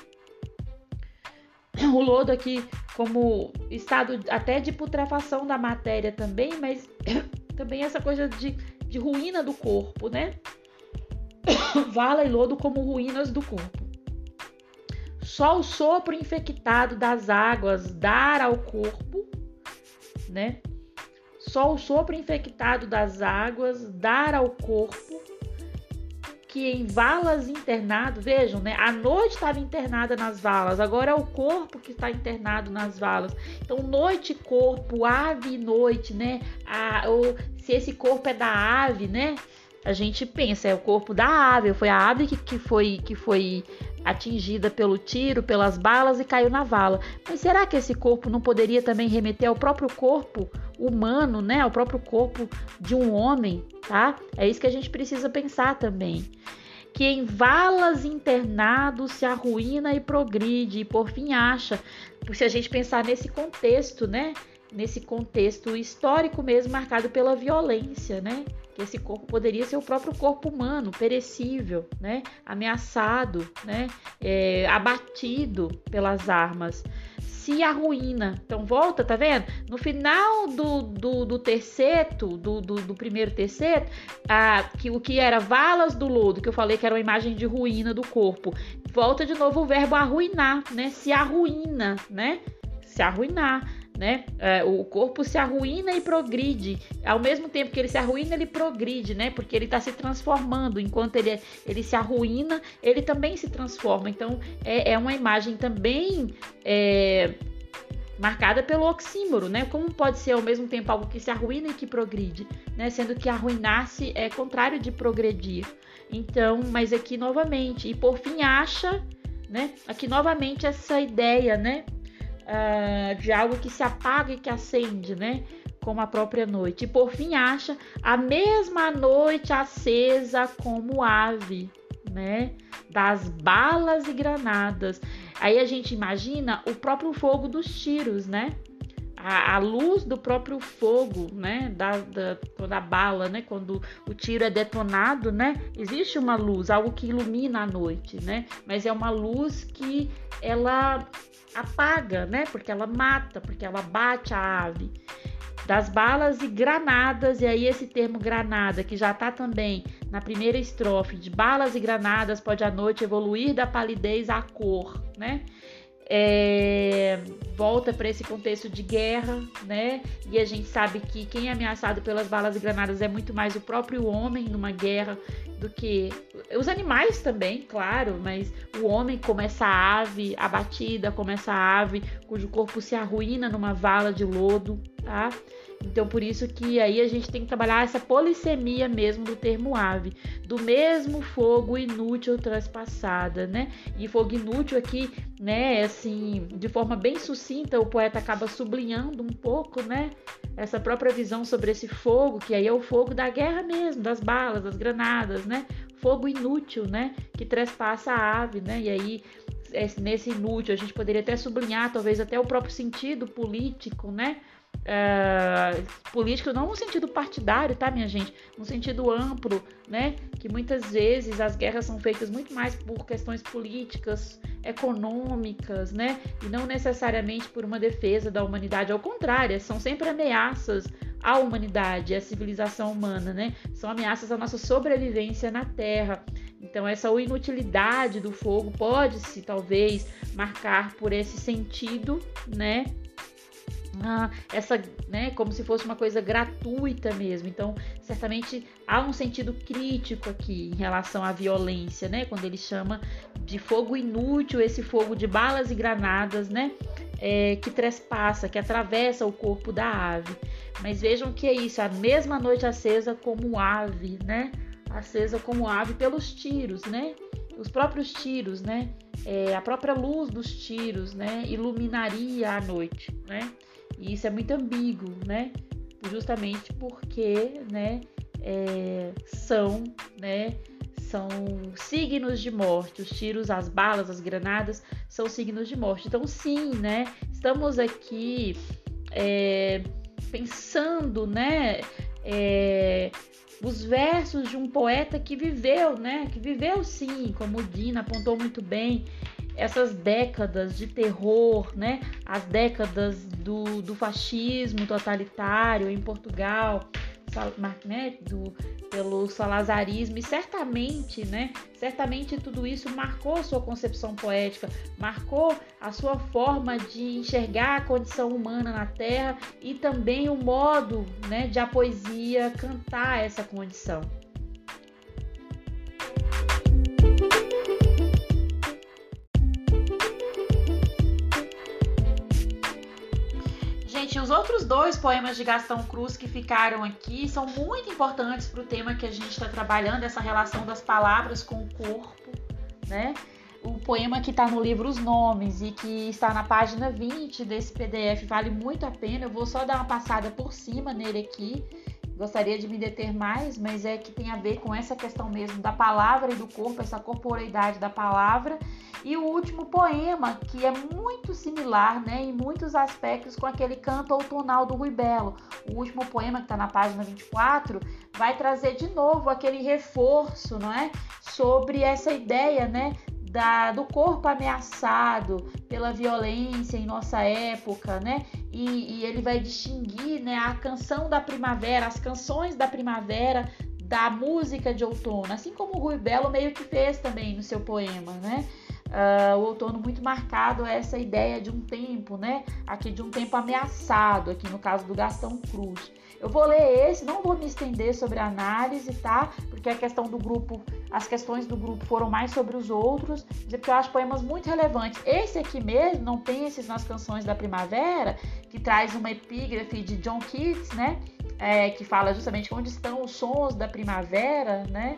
A: O lodo aqui como estado até de putrefação da matéria também, mas também essa coisa de ruína do corpo, né? Vala e lodo como ruínas do corpo. Só o sopro infectado das águas dar ao corpo, né? Só o sopro infectado das águas dar ao corpo, que em valas internado, vejam, né? A noite estava internada nas valas, agora é o corpo que está internado nas valas. Então, noite, corpo, ave e noite, né? Ou se esse corpo é da ave, né? A gente pensa, é o corpo da ave, foi a ave que foi atingida pelo tiro, pelas balas e caiu na vala. Mas será que esse corpo não poderia também remeter ao próprio corpo humano, né? Ao próprio corpo de um homem, tá? É isso que a gente precisa pensar também. Que em valas internado se arruína e progride, e por fim acha. Se a gente pensar nesse contexto, né? Nesse contexto histórico mesmo, marcado pela violência, né? Que esse corpo poderia ser o próprio corpo humano, perecível, né? Ameaçado, né? Abatido pelas armas. Se arruína. Então volta, tá vendo? No final do terceto, do primeiro terceto, o que era valas do lodo, que eu falei que era uma imagem de ruína do corpo, volta de novo o verbo arruinar, né? Se arruína, né? Se arruinar, né? O corpo se arruína e progride. Ao mesmo tempo que ele se arruína, ele progride, né? Porque ele está se transformando. Enquanto ele se arruína, ele também se transforma. Então, é uma imagem também marcada pelo oxímoro, né? Como pode ser ao mesmo tempo algo que se arruína e que progride, né? Sendo que arruinar-se é contrário de progredir. Então, mas aqui novamente, e por fim acha, né? Aqui novamente essa ideia, né? De algo que se apaga e que acende, né? Como a própria noite. E por fim acha a mesma noite acesa como ave, né? Das balas e granadas. Aí a gente imagina o próprio fogo dos tiros, né? A luz do próprio fogo, né? Da bala, né? Quando o tiro é detonado, né? Existe uma luz, algo que ilumina a noite, né? Mas é uma luz que ela apaga, né? Porque ela mata, porque ela bate a ave. Das balas e granadas, e aí esse termo granada, que já está também na primeira estrofe, de balas e granadas pode a noite evoluir da palidez à cor, né? Volta para esse contexto de guerra, né? E a gente sabe que quem é ameaçado pelas balas e granadas é muito mais o próprio homem numa guerra do que os animais também, claro, mas o homem como essa ave abatida, como essa ave cujo corpo se arruína numa vala de lodo, tá? Então, por isso que aí a gente tem que trabalhar essa polissemia mesmo do termo ave, do mesmo fogo inútil transpassada, né? E fogo inútil aqui, né, assim, de forma bem sucinta, o poeta acaba sublinhando um pouco, né, essa própria visão sobre esse fogo, que aí é o fogo da guerra mesmo, das balas, das granadas, né? Fogo inútil, né, que trespassa a ave, né? E aí, nesse inútil, a gente poderia até sublinhar, talvez até o próprio sentido político, né? Político não no sentido partidário, tá, minha gente? No sentido amplo, né? Que muitas vezes as guerras são feitas muito mais por questões políticas, econômicas, né? E não necessariamente por uma defesa da humanidade. Ao contrário, são sempre ameaças à humanidade, à civilização humana, né? São ameaças à nossa sobrevivência na Terra. Então, essa inutilidade do fogo pode-se, talvez, marcar por esse sentido, né? Né, como se fosse uma coisa gratuita mesmo. Então, certamente há um sentido crítico aqui em relação à violência, né? Quando ele chama de fogo inútil esse fogo de balas e granadas, né? Que trespassa, que atravessa o corpo da ave. Mas vejam que é isso, a mesma noite acesa como ave, né? Acesa como ave pelos tiros, né? Os próprios tiros, né? A própria luz dos tiros, né? Iluminaria a noite, né? E isso é muito ambíguo, né? Justamente porque, né, são signos de morte. Os tiros, as balas, as granadas são signos de morte. Então, sim, né? Estamos aqui pensando, né? Os versos de um poeta que viveu, né? Que viveu, sim, como o Dina apontou muito bem, essas décadas de terror, né? As décadas do fascismo totalitário em Portugal, né? Pelo salazarismo, e certamente, né? Certamente tudo isso marcou a sua concepção poética, marcou a sua forma de enxergar a condição humana na Terra e também o modo, né, de a poesia cantar essa condição. Gente, os outros dois poemas de Gastão Cruz que ficaram aqui são muito importantes para o tema que a gente está trabalhando, essa relação das palavras com o corpo, né? O poema que está no livro Os Nomes e que está na página 20 desse PDF vale muito a pena. Eu vou só dar uma passada por cima nele aqui. Gostaria de me deter mais, mas é que tem a ver com essa questão mesmo da palavra e do corpo, essa corporeidade da palavra. E o último poema, que é muito similar, né, em muitos aspectos com aquele canto outonal do Rui Belo. O último poema, que está na página 24, vai trazer de novo aquele reforço, não é? Sobre essa ideia, né, do corpo ameaçado pela violência em nossa época, né? E ele vai distinguir, né, a canção da primavera, as canções da primavera da música de outono, assim como o Rui Belo meio que fez também no seu poema, né? o outono muito marcado a essa ideia de um tempo, né? Aqui de um tempo ameaçado, aqui no caso do Gastão Cruz. Eu vou ler esse, não vou me estender sobre a análise, tá? Porque as questões do grupo foram mais sobre os outros, porque eu acho poemas muito relevantes. Esse aqui mesmo, Não Penses nas Canções da Primavera, que traz uma epígrafe de John Keats, né? Que fala justamente onde estão os sons da primavera, né?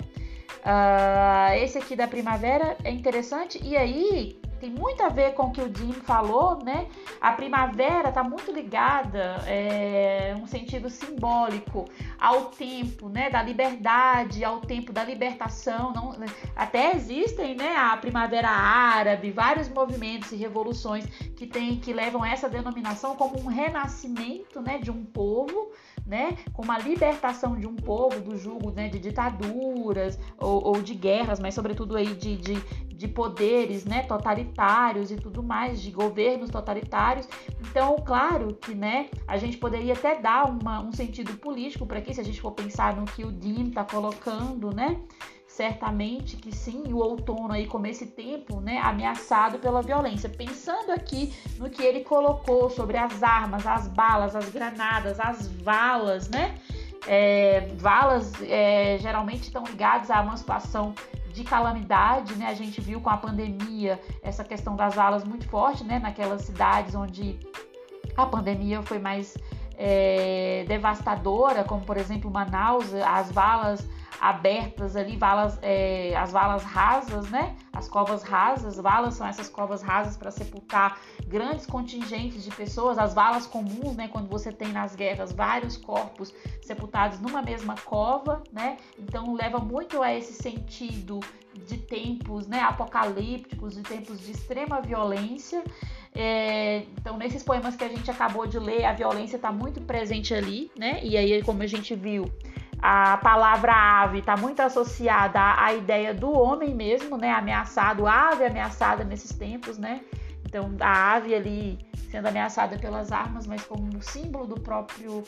A: Esse aqui da primavera é interessante, e aí tem muito a ver com o que o Jim falou, né? A primavera está muito ligada, um sentido simbólico, ao tempo, né, da liberdade, ao tempo da libertação. Não, até existem, né, a primavera árabe, vários movimentos e revoluções que levam essa denominação como um renascimento, né, de um povo, né, com uma libertação de um povo do jugo, né, de ditaduras ou de guerras, mas sobretudo aí de poderes, né, totalitários e tudo mais, de governos totalitários. Então, claro que, né, a gente poderia até dar um sentido político para aqui, se a gente for pensar no que o Dean está colocando, né? Certamente que sim, o outono aí como esse tempo, né, ameaçado pela violência. Pensando aqui no que ele colocou sobre as armas, as balas, as granadas, as valas, né? Valas geralmente estão ligadas a uma situação de calamidade, né? A gente viu com a pandemia essa questão das valas muito forte, né? Naquelas cidades onde a pandemia foi mais devastadora, como por exemplo Manaus, as valas abertas ali, as valas rasas, né? As covas rasas, valas são essas covas rasas para sepultar grandes contingentes de pessoas, as valas comuns, né? Quando você tem nas guerras vários corpos sepultados numa mesma cova, né? Então leva muito a esse sentido de tempos, né, apocalípticos, de tempos de extrema violência. Então, nesses poemas que a gente acabou de ler, a violência está muito presente ali, né? E aí, como a gente viu, a palavra ave está muito associada à ideia do homem mesmo, né? Ameaçado, ave ameaçada nesses tempos, né? Então, a ave ali sendo ameaçada pelas armas, mas como símbolo do próprio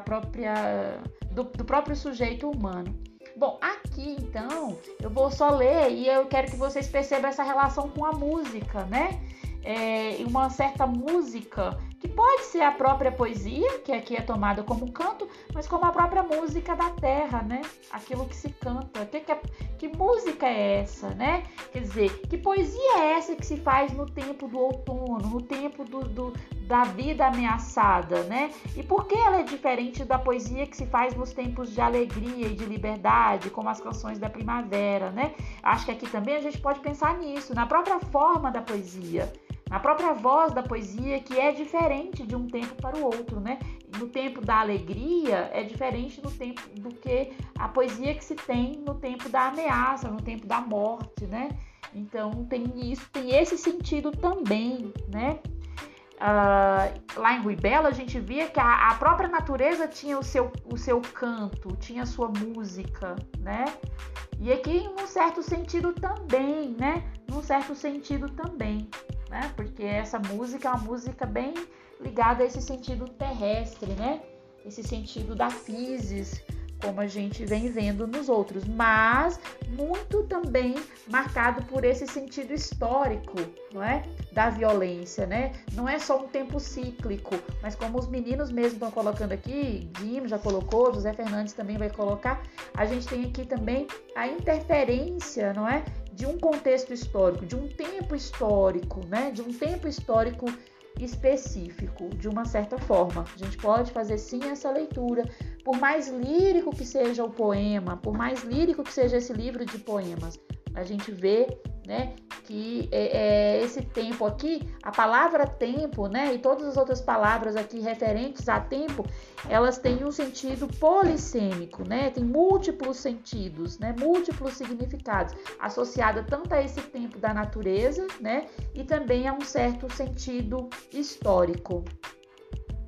A: sujeito humano. Bom, aqui então eu vou só ler e eu quero que vocês percebam essa relação com a música, né? Uma certa música que pode ser a própria poesia, que aqui é tomada como canto, mas como a própria música da terra, né? Aquilo que se canta. Que música é essa, né? Quer dizer, que poesia é essa que se faz no tempo do outono, no tempo da vida ameaçada, né? E por que ela é diferente da poesia que se faz nos tempos de alegria e de liberdade, como as canções da primavera, né? Acho que aqui também a gente pode pensar nisso, na própria forma da poesia, na própria voz da poesia, que é diferente de um tempo para o outro, né? No tempo da alegria é diferente do que a poesia que se tem no tempo da ameaça, no tempo da morte, né? Então tem esse sentido também, né? Lá em Ruibela a gente via que a própria natureza tinha o seu canto, tinha a sua música, né? E aqui num certo sentido também, né? Né? Porque essa música é uma música bem ligada a esse sentido terrestre, né? Esse sentido da physis, como a gente vem vendo nos outros, mas muito também marcado por esse sentido histórico, não é? Da violência, né? Não é só um tempo cíclico, mas como os meninos mesmo estão colocando aqui, Jim já colocou, José Fernandes também vai colocar, a gente tem aqui também a interferência, não é? De um contexto histórico, de um tempo histórico, né? De um tempo histórico específico, de uma certa forma. A gente pode fazer sim essa leitura, por mais lírico que seja o poema, por mais lírico que seja esse livro de poemas, a gente vê, né, que esse tempo aqui, a palavra tempo, né, e todas as outras palavras aqui referentes a tempo, elas têm um sentido polissêmico, né, tem múltiplos sentidos, né, múltiplos significados, associada tanto a esse tempo da natureza, né, e também a um certo sentido histórico.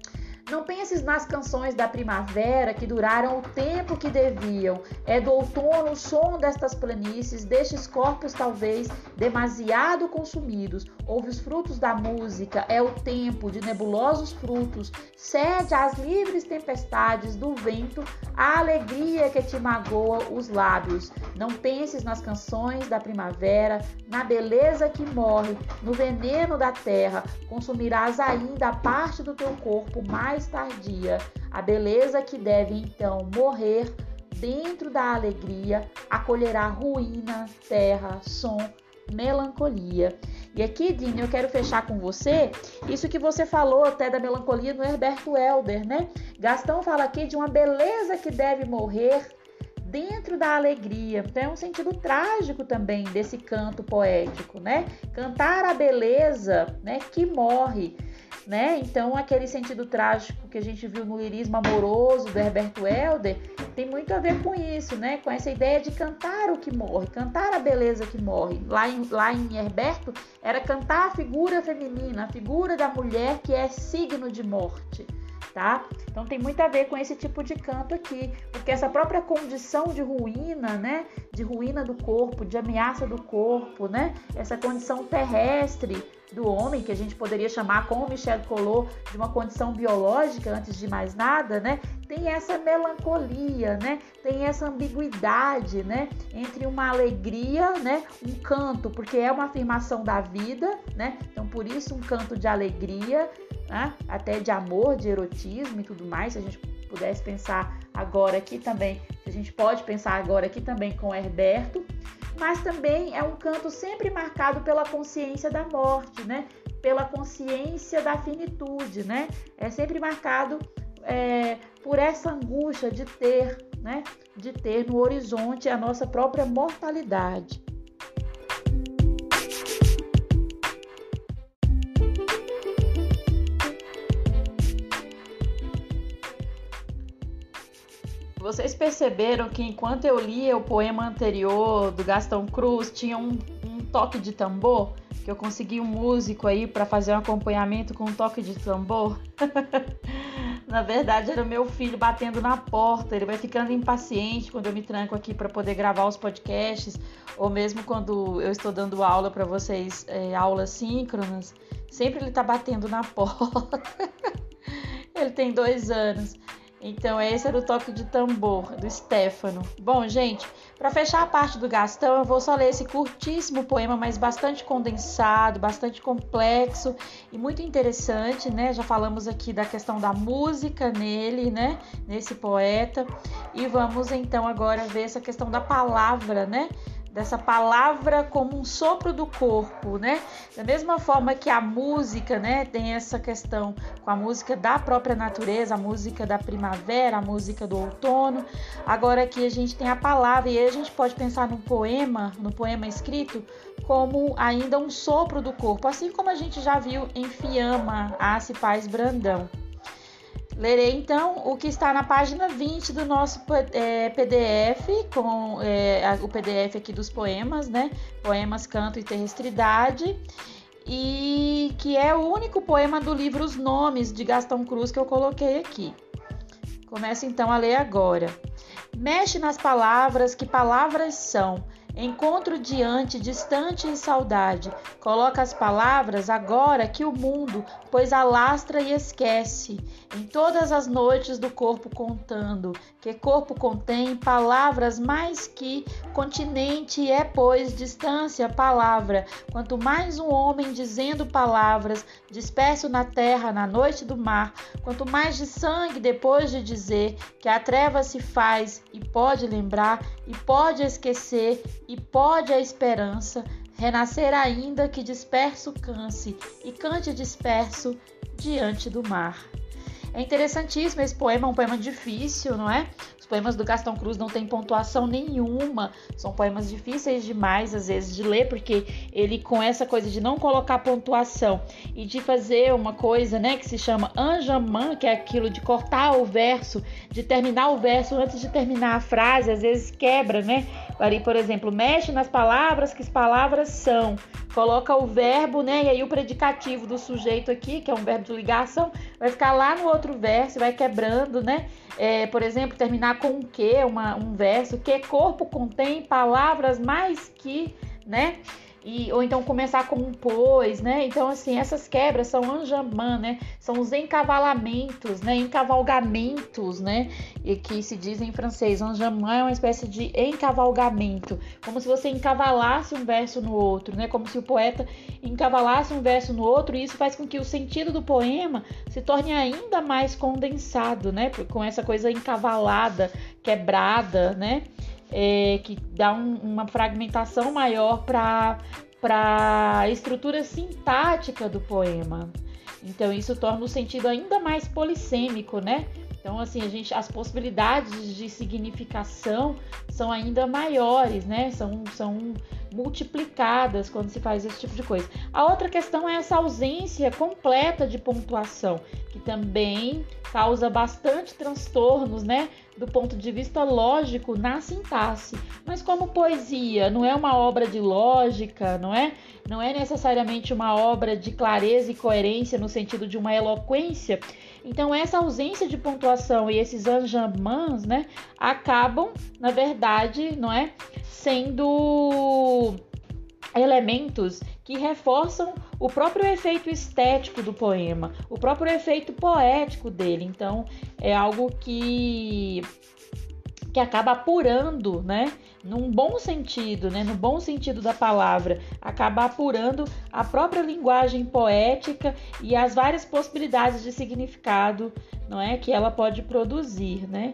A: Não penses nas canções da primavera que duraram o tempo que deviam. É do outono o som destas planícies, destes corpos talvez demasiado consumidos. Ouve os frutos da música, é o tempo de nebulosos frutos. Cede às livres tempestades do vento a alegria que te magoa os lábios. Não penses nas canções da primavera, na beleza que morre, no veneno da terra. Consumirás ainda a parte do teu corpo mais tardia. A beleza que deve então morrer dentro da alegria acolherá ruína, terra, som, melancolia. E aqui, Dini, eu quero fechar com você isso que você falou até da melancolia no Herberto Helder, né? Gastão fala aqui de uma beleza que deve morrer dentro da alegria. Então é um sentido trágico também desse canto poético, né? Cantar a beleza, né, que morre, né? Então aquele sentido trágico que a gente viu no lirismo amoroso do Herberto Helder tem muito a ver com isso, né? Com essa ideia de cantar o que morre, cantar a beleza que morre. Lá em Herberto era cantar a figura feminina, a figura da mulher que é signo de morte. Tá? Então tem muito a ver com esse tipo de canto aqui, porque essa própria condição de ruína, né? De ruína do corpo, de ameaça do corpo, né? Essa condição terrestre do homem, que a gente poderia chamar, como Michel Collot, de uma condição biológica, antes de mais nada, né? Tem essa melancolia, né? Tem essa ambiguidade, né? Entre uma alegria, né? Um canto, porque é uma afirmação da vida, né? Então por isso um canto de alegria, né? Até de amor, de erotismo e tudo mais, se a gente pudesse pensar agora aqui também, a gente pode pensar agora aqui também com Herberto, mas também é um canto sempre marcado pela consciência da morte, né? Pela consciência da finitude, né? É sempre marcado por essa angústia de ter, né? De ter no horizonte a nossa própria mortalidade. Vocês perceberam que enquanto eu lia o poema anterior do Gastão Cruz, tinha um toque de tambor? Que eu consegui um músico aí para fazer um acompanhamento com um toque de tambor? Na verdade, era o meu filho batendo na porta. Ele vai ficando impaciente quando eu me tranco aqui para poder gravar os podcasts, ou mesmo quando eu estou dando aula para vocês, aulas síncronas. Sempre ele está batendo na porta. Ele tem 2 anos. Então, esse era o toque de tambor do Stefano. Bom, gente, para fechar a parte do Gastão, eu vou só ler esse curtíssimo poema, mas bastante condensado, bastante complexo e muito interessante, né? Já falamos aqui da questão da música nele, né? Nesse poeta. E vamos, então, agora ver essa questão da palavra, né? Dessa palavra como um sopro do corpo, né? Da mesma forma que a música, né, tem essa questão com a música da própria natureza, a música da primavera, a música do outono. Agora aqui a gente tem a palavra, e aí a gente pode pensar no poema escrito, como ainda um sopro do corpo, assim como a gente já viu em Fiamma, Ace Paz Brandão. Lerei então o que está na página 20 do nosso PDF, com o PDF aqui dos poemas, né? Poemas, Canto e Terrestridade, e que é o único poema do livro Os Nomes, de Gastão Cruz, que eu coloquei aqui. Começo então a ler agora. Mexe nas palavras, que palavras são. Encontro diante, distante e saudade. Coloca as palavras agora que o mundo, pois alastra e esquece. Em todas as noites do corpo contando, que corpo contém palavras mais que continente é, pois, distância, palavra. Quanto mais um homem dizendo palavras, disperso na terra, na noite do mar, quanto mais de sangue depois de dizer, que a treva se faz e pode lembrar, e pode esquecer, e pode a esperança renascer ainda que disperso canse e cante disperso diante do mar. É interessantíssimo esse poema, é um poema difícil, não é? Os poemas do Gastão Cruz não têm pontuação nenhuma, são poemas difíceis demais às vezes de ler, porque ele com essa coisa de não colocar pontuação e de fazer uma coisa, né, que se chama enjambment, que é aquilo de cortar o verso, de terminar o verso antes de terminar a frase, às vezes quebra, né, Varia, por exemplo, mexe nas palavras que as palavras são. Coloca o verbo, né? E aí o predicativo do sujeito aqui, que é um verbo de ligação, vai ficar lá no outro verso, vai quebrando, né? Por exemplo, terminar com um que, um verso, que corpo contém palavras mais que, né? Ou então começar com um pois, né? Então, assim, essas quebras são enjambment, né? São os encavalamentos, né? Encavalgamentos, né? E que se diz em francês. Enjambment é uma espécie de encavalgamento. Como se você encavalasse um verso no outro, né? Como se o poeta encavalasse um verso no outro. E isso faz com que o sentido do poema se torne ainda mais condensado, né? Com essa coisa encavalada, quebrada, né? Que dá uma fragmentação maior para a estrutura sintática do poema. Então, isso torna o sentido ainda mais polissêmico, né? Então, assim, as possibilidades de significação são ainda maiores, né? São multiplicadas quando se faz esse tipo de coisa. A outra questão é essa ausência completa de pontuação, que também causa bastante transtornos, né? Do ponto de vista lógico na sintaxe. Mas como poesia não é uma obra de lógica, não é necessariamente uma obra de clareza e coerência no sentido de uma eloquência, então essa ausência de pontuação e esses enjambements, né, acabam, na verdade, não é, sendo elementos que reforçam o próprio efeito estético do poema, o próprio efeito poético dele. Então, é algo que acaba apurando, né, num bom sentido, né, no bom sentido da palavra, acaba apurando a própria linguagem poética e as várias possibilidades de significado, não é, que ela pode produzir, né?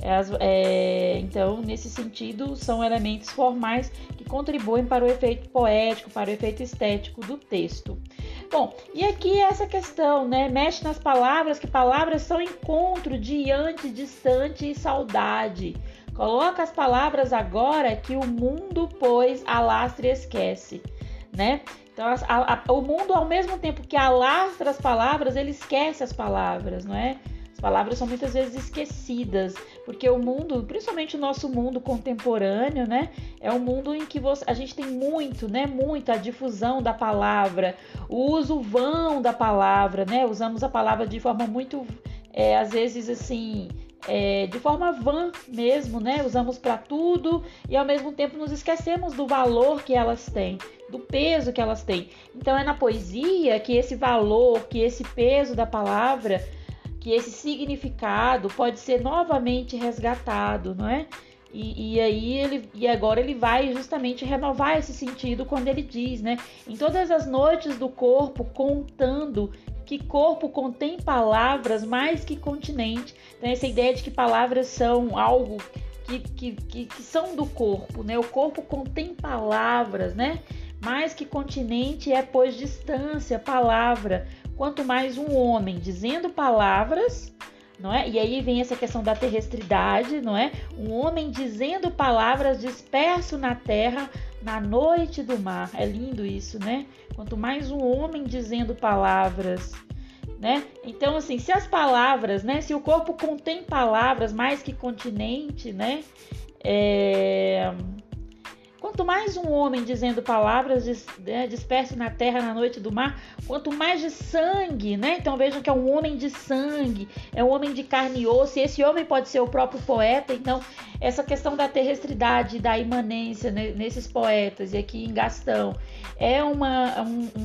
A: Então, nesse sentido, são elementos formais que contribuem para o efeito poético, para o efeito estético do texto. Bom, e aqui essa questão, né? Mexe nas palavras, que palavras são encontro, diante, distante e saudade. Coloca as palavras agora que o mundo, pois, alastra e esquece, né? Então, o mundo, ao mesmo tempo que alastra as palavras, ele esquece as palavras, não é? Palavras são muitas vezes esquecidas, porque o mundo, principalmente o nosso mundo contemporâneo, né, é um mundo em que a gente tem muito a difusão da palavra, o uso vão da palavra, né, usamos a palavra de forma muito, às vezes assim, de forma vã mesmo, né, usamos para tudo e ao mesmo tempo nos esquecemos do valor que elas têm, do peso que elas têm. Então é na poesia que esse valor, que esse peso da palavra, que esse significado pode ser novamente resgatado, não é? E agora ele vai justamente renovar esse sentido quando ele diz, né? Em todas as noites do corpo, contando que corpo contém palavras mais que continente. Então, essa ideia de que palavras são algo que são do corpo, né? O corpo contém palavras, né? Mais que continente é, pois, distância, palavra. Quanto mais um homem dizendo palavras, não é? E aí vem essa questão da terrestridade, não é? Um homem dizendo palavras disperso na terra, na noite do mar. É lindo isso, né? Quanto mais um homem dizendo palavras, né? Então, assim, se as palavras, né? Se o corpo contém palavras mais que continente, né? Quanto mais um homem dizendo palavras disperso na terra, na noite do mar, quanto mais de sangue, né? Então vejam que é um homem de sangue, é um homem de carne e osso, e esse homem pode ser o próprio poeta. Então, essa questão da terrestridade, da imanência, né, nesses poetas, e aqui em Gastão, é uma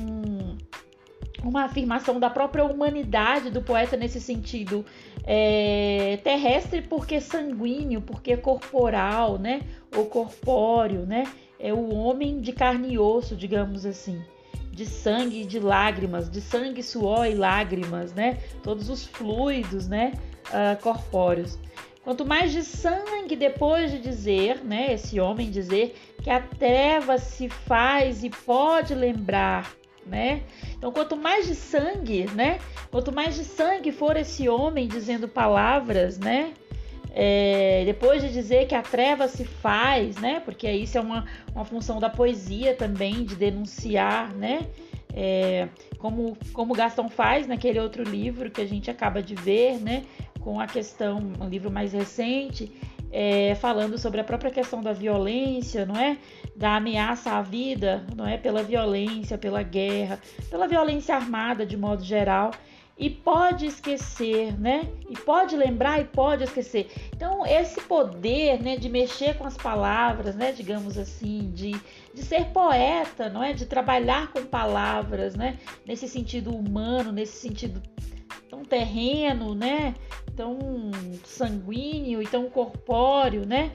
A: afirmação da própria humanidade do poeta nesse sentido terrestre, porque sanguíneo, porque corporal, né? Ou corpóreo, né? É o homem de carne e osso, digamos assim, de sangue e de lágrimas, de sangue, suor e lágrimas, né? Todos os fluidos, né? Corpóreos. Quanto mais de sangue, depois de dizer, né? Esse homem dizer que a treva se faz e pode lembrar, né? Então, quanto mais de sangue, né? Quanto mais de sangue for esse homem dizendo palavras, né? Depois de dizer que a treva se faz, né? Porque isso é uma função da poesia também, de denunciar, né? Como Gastão faz naquele outro livro que a gente acaba de ver, né? Com a questão, um livro mais recente, falando sobre a própria questão da violência, não é? Da ameaça à vida, não é? Pela violência, pela guerra, pela violência armada de modo geral. E pode esquecer, né? E pode lembrar e pode esquecer. Então, esse poder, né, de mexer com as palavras, né, digamos assim, de ser poeta, não é? De trabalhar com palavras, né? Nesse sentido humano, nesse sentido tão terreno, né? Tão sanguíneo e tão corpóreo, né?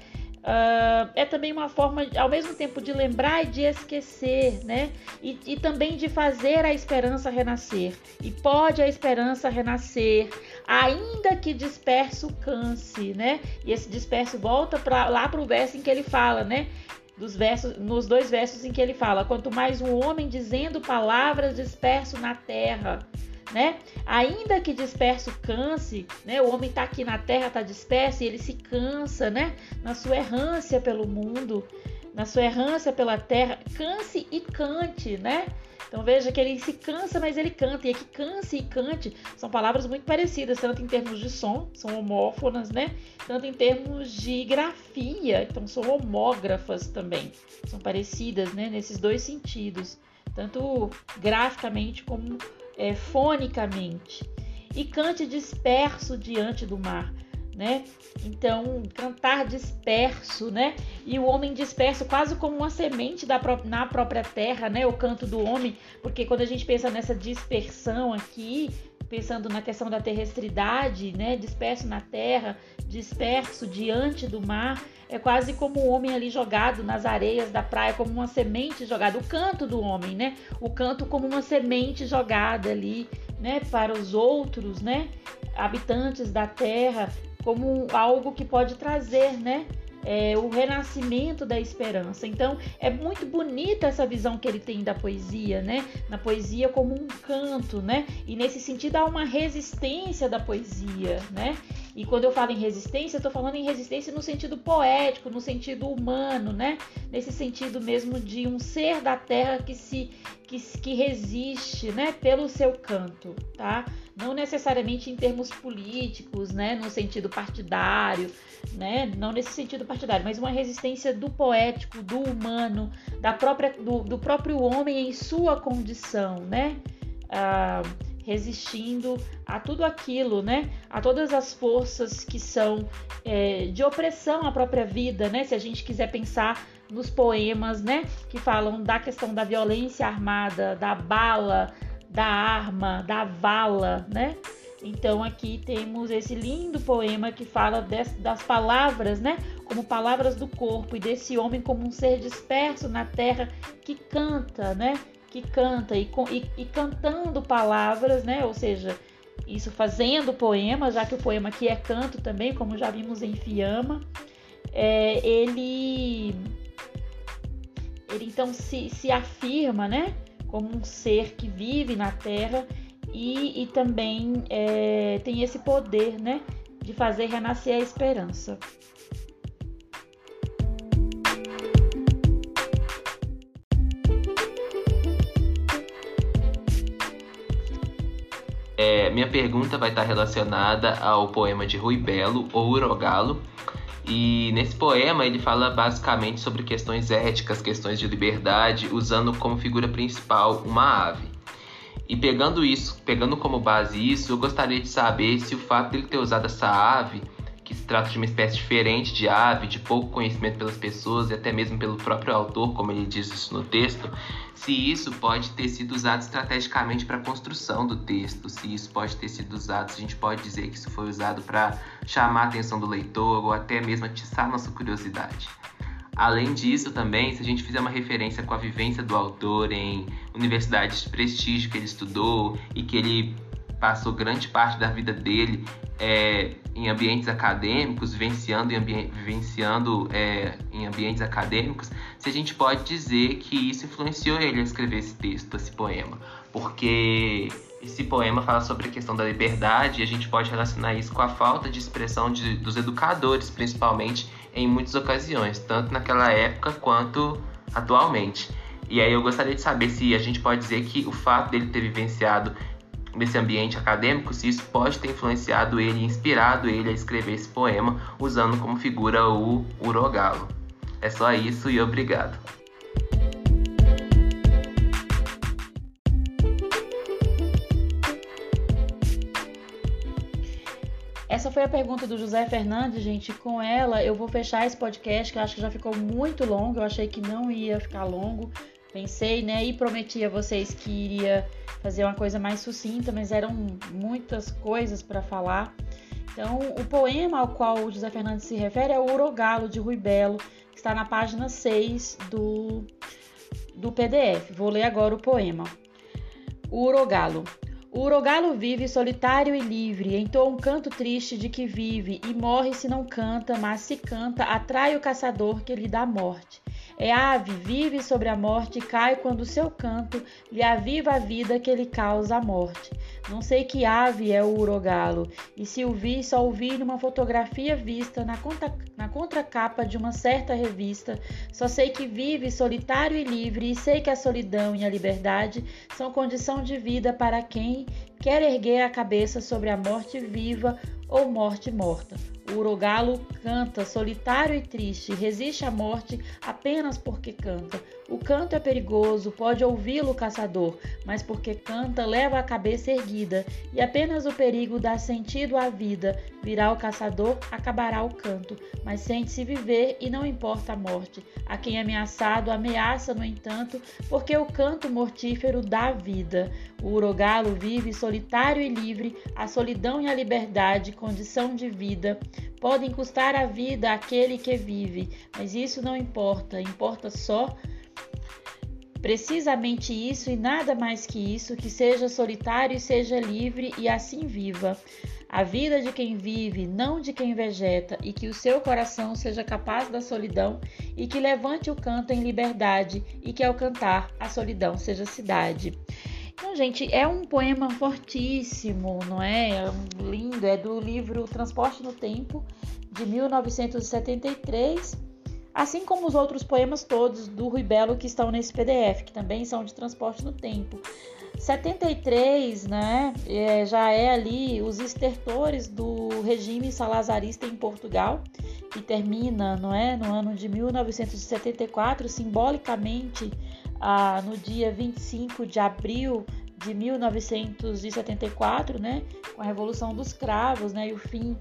A: É também uma forma, ao mesmo tempo, de lembrar e de esquecer, né? E também de fazer a esperança renascer. E pode a esperança renascer, ainda que disperso canse, né? E esse disperso volta lá para o verso em que ele fala, né? Nos 2 versos em que ele fala: quanto mais um homem dizendo palavras disperso na terra, né? Ainda que disperso canse, né? O homem está aqui na terra, está disperso, e ele se cansa, né? Na sua errância pelo mundo, na sua errância pela terra, canse e cante, né? Então veja que ele se cansa, mas ele canta. E aqui canse e cante são palavras muito parecidas, tanto em termos de som, são homófonas, né? Tanto em termos de grafia, então são homógrafas também, são parecidas, né? Nesses 2 sentidos, tanto graficamente como fonicamente. E cante disperso diante do mar, né? Então, cantar disperso, né? E o homem disperso quase como uma semente na própria terra, né? O canto do homem, porque quando a gente pensa nessa dispersão aqui, pensando na questão da terrestridade, né? Disperso na terra, disperso diante do mar, é quase como o homem ali jogado nas areias da praia, como uma semente jogada. O canto do homem, né? O canto como uma semente jogada ali, né? Para os outros, né? Habitantes da terra, como algo que pode trazer, né? O renascimento da esperança. Então, é muito bonita essa visão que ele tem da poesia, né? Na poesia como um canto, né? E nesse sentido há uma resistência da poesia, né? E quando eu falo em resistência, eu estou falando em resistência no sentido poético, no sentido humano, né? Nesse sentido mesmo de um ser da terra que resiste, né? Pelo seu canto, tá? Não necessariamente em termos políticos, né? No sentido partidário, né? Não nesse sentido partidário, mas uma resistência do poético, do humano, do próprio homem em sua condição, né? Resistindo a tudo aquilo, né? A todas as forças que são de opressão à própria vida, né? Se a gente quiser pensar nos poemas, né? Que falam da questão da violência armada, da bala, da arma, da vala, né? Então aqui temos esse lindo poema que fala das palavras, né? Como palavras do corpo, e desse homem como um ser disperso na terra que canta, né? Que canta e cantando palavras, né? Ou seja, isso fazendo poema, já que o poema aqui é canto também, como já vimos em Fiamma. Ele então se afirma, né? Como um ser que vive na terra e também tem esse poder, né? De fazer renascer a esperança.
D: Minha pergunta vai estar relacionada ao poema de Rui Belo, O Urogalo. E nesse poema ele fala basicamente sobre questões éticas, questões de liberdade, usando como figura principal uma ave. E pegando como base isso, eu gostaria de saber se o fato dele ter usado essa ave, que se trata de uma espécie diferente de ave, de pouco conhecimento pelas pessoas e até mesmo pelo próprio autor, como ele diz isso no texto, se isso pode ter sido usado estrategicamente para a construção do texto, se isso pode ter sido usado, se a gente pode dizer que isso foi usado para chamar a atenção do leitor ou até mesmo atiçar nossa curiosidade. Além disso também, se a gente fizer uma referência com a vivência do autor em universidades de prestígio que ele estudou e que ele passou grande parte da vida dele em ambientes acadêmicos, vivenciando em ambientes acadêmicos, se a gente pode dizer que isso influenciou ele a escrever esse texto, esse poema. Porque esse poema fala sobre a questão da liberdade e a gente pode relacionar isso com a falta de expressão dos educadores, principalmente em muitas ocasiões, tanto naquela época quanto atualmente. E aí eu gostaria de saber se a gente pode dizer que o fato dele ter vivenciado nesse ambiente acadêmico, se isso pode ter influenciado ele, inspirado ele a escrever esse poema, usando como figura o urogalo. É só isso e obrigado.
A: Essa foi a pergunta do José Fernandes, gente. Com ela eu vou fechar esse podcast, que eu acho que já ficou muito longo. Eu achei que não ia ficar longo. Pensei, né, e prometi a vocês que iria fazer uma coisa mais sucinta, mas eram muitas coisas para falar. Então, o poema ao qual o José Fernandes se refere é o Urogalo, de Rui Belo, que está na página 6 do PDF. Vou ler agora o poema. O Urogalo. O urogalo vive solitário e livre, entoa um canto triste de que vive e morre se não canta, mas se canta, atrai o caçador que lhe dá morte. É ave, vive sobre a morte e cai quando o seu canto lhe aviva a vida que lhe causa a morte. Não sei que ave é o urogalo, e se o vi, só o vi numa fotografia vista na contracapa de uma certa revista. Só sei que vive solitário e livre, e sei que a solidão e a liberdade são condição de vida para quem quer erguer a cabeça sobre a morte viva ou morte morta. O urogalo canta, solitário e triste, resiste à morte apenas porque canta. O canto é perigoso, pode ouvi-lo o caçador, mas porque canta, leva a cabeça erguida, e apenas o perigo dá sentido à vida. Virá o caçador, acabará o canto, mas sente-se viver e não importa a morte. A quem ameaçado, ameaça, no entanto, porque o canto mortífero dá vida. O urogalo vive solitário e livre, a solidão e a liberdade, condição de vida, podem custar a vida àquele que vive, mas isso não importa, importa só precisamente isso e nada mais que isso, que seja solitário e seja livre e assim viva a vida de quem vive, não de quem vegeta, e que o seu coração seja capaz da solidão e que levante o canto em liberdade e que ao cantar a solidão seja cidade. Então, gente, é um poema fortíssimo, não é? É lindo, é do livro Transporte no Tempo, de 1973, assim como os outros poemas todos do Rui Belo que estão nesse PDF, que também são de Transporte no Tempo. 73, né, já é ali os estertores do regime salazarista em Portugal, que termina, não é, no ano de 1974, simbolicamente, no dia 25 de abril de 1974, né, com a Revolução dos Cravos, né, e o fim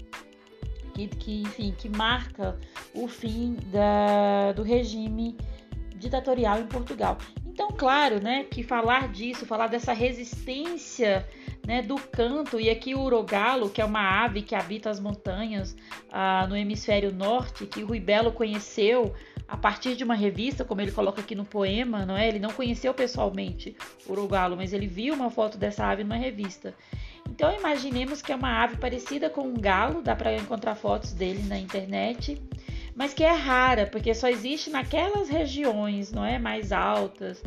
A: que marca o fim do regime ditatorial em Portugal. Então, claro, né, que falar disso, falar dessa resistência, né, do canto, e aqui o urogalo, que é uma ave que habita as montanhas no hemisfério norte, que o Rui Belo conheceu a partir de uma revista, como ele coloca aqui no poema, não é? Ele não conheceu pessoalmente o urogalo, mas ele viu uma foto dessa ave numa revista. Então, imaginemos que é uma ave parecida com um galo, dá para encontrar fotos dele na internet, mas que é rara, porque só existe naquelas regiões, não é, mais altas,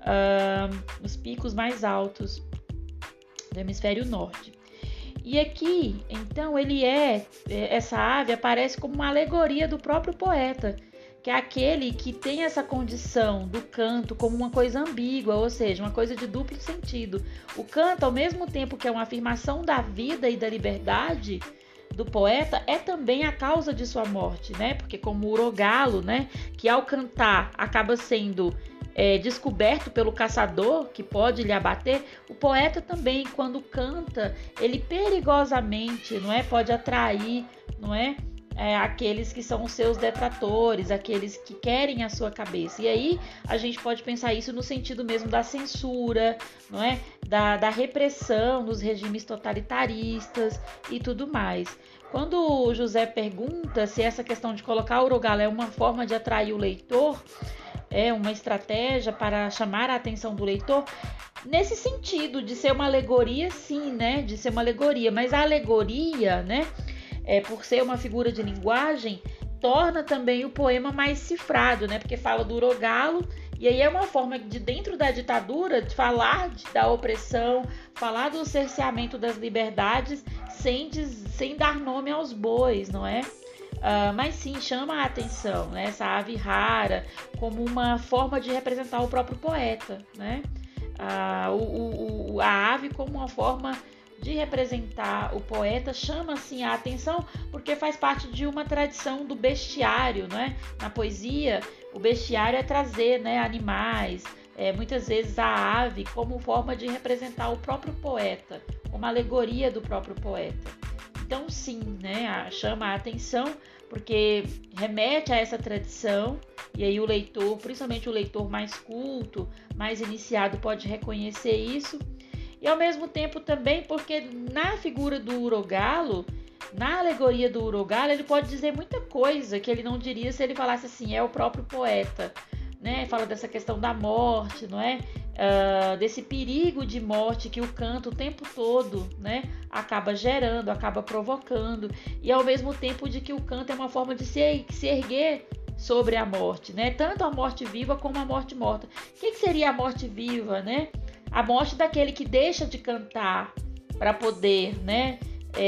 A: nos picos mais altos do hemisfério norte. E aqui, então, essa ave aparece como uma alegoria do próprio poeta, que é aquele que tem essa condição do canto como uma coisa ambígua, ou seja, uma coisa de duplo sentido. O canto, ao mesmo tempo que é uma afirmação da vida e da liberdade do poeta, é também a causa de sua morte, né? Porque como o urogalo, né, que ao cantar acaba sendo descoberto pelo caçador, que pode lhe abater, o poeta também, quando canta, ele perigosamente, não é, pode atrair, não é, aqueles que são os seus detratores, aqueles que querem a sua cabeça. E aí a gente pode pensar isso no sentido mesmo da censura, não é? Da repressão nos regimes totalitaristas e tudo mais. Quando o José pergunta se essa questão de colocar o urogalo é uma forma de atrair o leitor, é uma estratégia para chamar a atenção do leitor, nesse sentido de ser uma alegoria, sim, né? De ser uma alegoria, mas a alegoria, né, por ser uma figura de linguagem, torna também o poema mais cifrado, né? Porque fala do urogalo, e aí é uma forma de, dentro da ditadura, de falar da opressão, falar do cerceamento das liberdades, sem dar nome aos bois, não é? Mas sim, chama a atenção, né? Essa ave rara, como uma forma de representar o próprio poeta, né? a ave como uma forma de representar o poeta chama assim a atenção porque faz parte de uma tradição do bestiário, né? Na poesia, o bestiário é trazer, né, animais, muitas vezes a ave como forma de representar o próprio poeta, como alegoria do próprio poeta. Então sim, né, chama a atenção porque remete a essa tradição e aí o leitor, principalmente o leitor mais culto, mais iniciado, pode reconhecer isso. E ao mesmo tempo também porque na figura do urogalo, na alegoria do urogalo, ele pode dizer muita coisa que ele não diria se ele falasse assim, é o próprio poeta, né? Fala dessa questão da morte, não é? Desse perigo de morte que o canto o tempo todo, né, acaba gerando, acaba provocando, e ao mesmo tempo de que o canto é uma forma de se erguer sobre a morte, né? Tanto a morte viva como a morte morta. O que seria a morte viva, né? A morte daquele que deixa de cantar para poder, né,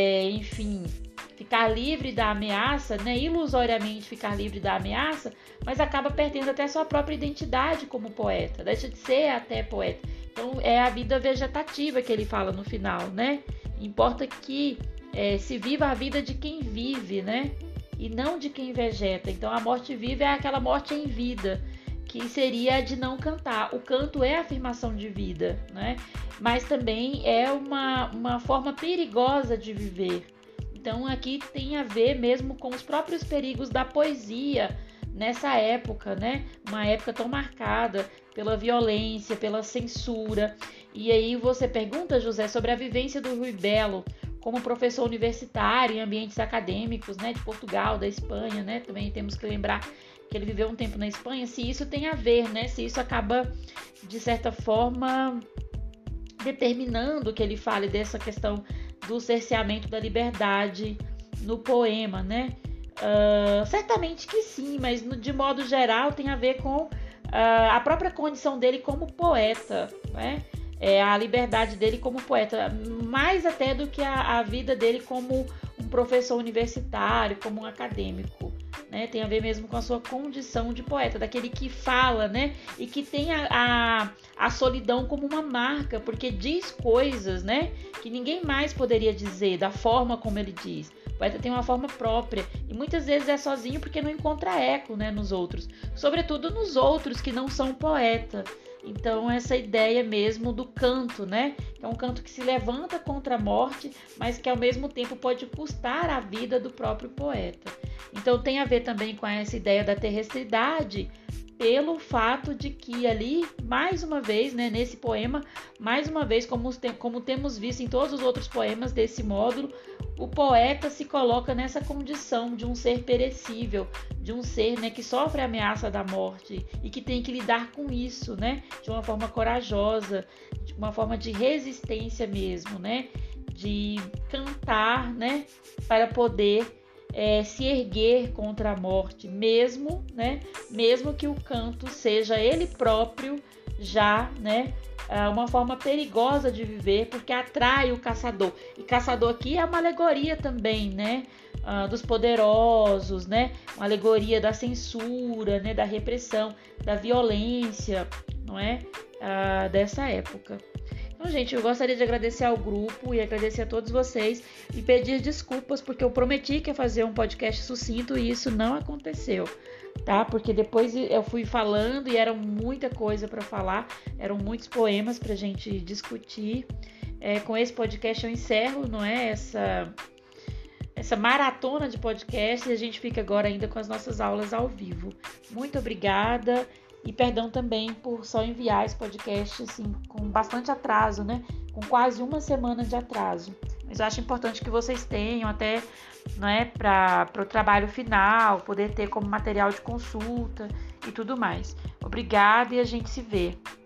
A: enfim, ficar livre da ameaça, né, ilusoriamente ficar livre da ameaça, mas acaba perdendo até sua própria identidade como poeta, deixa de ser até poeta. Então é a vida vegetativa que ele fala no final, né? Importa que se viva a vida de quem vive, né, e não de quem vegeta. Então a morte viva é aquela morte em vida, que seria a de não cantar. O canto é a afirmação de vida, né? Mas também é uma forma perigosa de viver. Então aqui tem a ver mesmo com os próprios perigos da poesia nessa época, né? Uma época tão marcada pela violência, pela censura. E aí você pergunta, José, sobre a vivência do Rui Belo como professor universitário em ambientes acadêmicos, né? De Portugal, da Espanha, né? Também temos que lembrar que ele viveu um tempo na Espanha, se isso tem a ver, né? Se isso acaba, de certa forma, determinando que ele fale dessa questão do cerceamento da liberdade no poema, né? Certamente que sim, mas de modo geral tem a ver com a própria condição dele como poeta, né? A liberdade dele como poeta, mais até do que a vida dele como um professor universitário, como um acadêmico. Né, tem a ver mesmo com a sua condição de poeta, daquele que fala, né, e que tem a solidão como uma marca, porque diz coisas, né, que ninguém mais poderia dizer da forma como ele diz. O poeta tem uma forma própria e muitas vezes é sozinho porque não encontra eco, né, nos outros, sobretudo nos outros que não são poeta. Então essa ideia mesmo do canto, né? É um canto que se levanta contra a morte, mas que ao mesmo tempo pode custar a vida do próprio poeta. Então tem a ver também com essa ideia da terrestridade, pelo fato de que ali, mais uma vez, né, nesse poema, mais uma vez, como temos visto em todos os outros poemas desse módulo, o poeta se coloca nessa condição de um ser perecível, de um ser, né, que sofre a ameaça da morte e que tem que lidar com isso, né, de uma forma corajosa, de uma forma de resistência mesmo, né, de cantar, né, para poder se erguer contra a morte, mesmo, né, mesmo que o canto seja ele próprio já, né, uma forma perigosa de viver, porque atrai o caçador. E caçador aqui é uma alegoria também, né, dos poderosos, né, uma alegoria da censura, né, da repressão, da violência, não é, dessa época. Então, gente, eu gostaria de agradecer ao grupo e agradecer a todos vocês e pedir desculpas porque eu prometi que ia fazer um podcast sucinto e isso não aconteceu, tá? Porque depois eu fui falando e era muita coisa para falar, eram muitos poemas para a gente discutir. Com esse podcast eu encerro, não é? Essa maratona de podcast e a gente fica agora ainda com as nossas aulas ao vivo. Muito obrigada. E perdão também por só enviar esse podcast assim, com bastante atraso, né? Com quase uma semana de atraso. Mas eu acho importante que vocês tenham até, não é, para o trabalho final, poder ter como material de consulta e tudo mais. Obrigada e a gente se vê.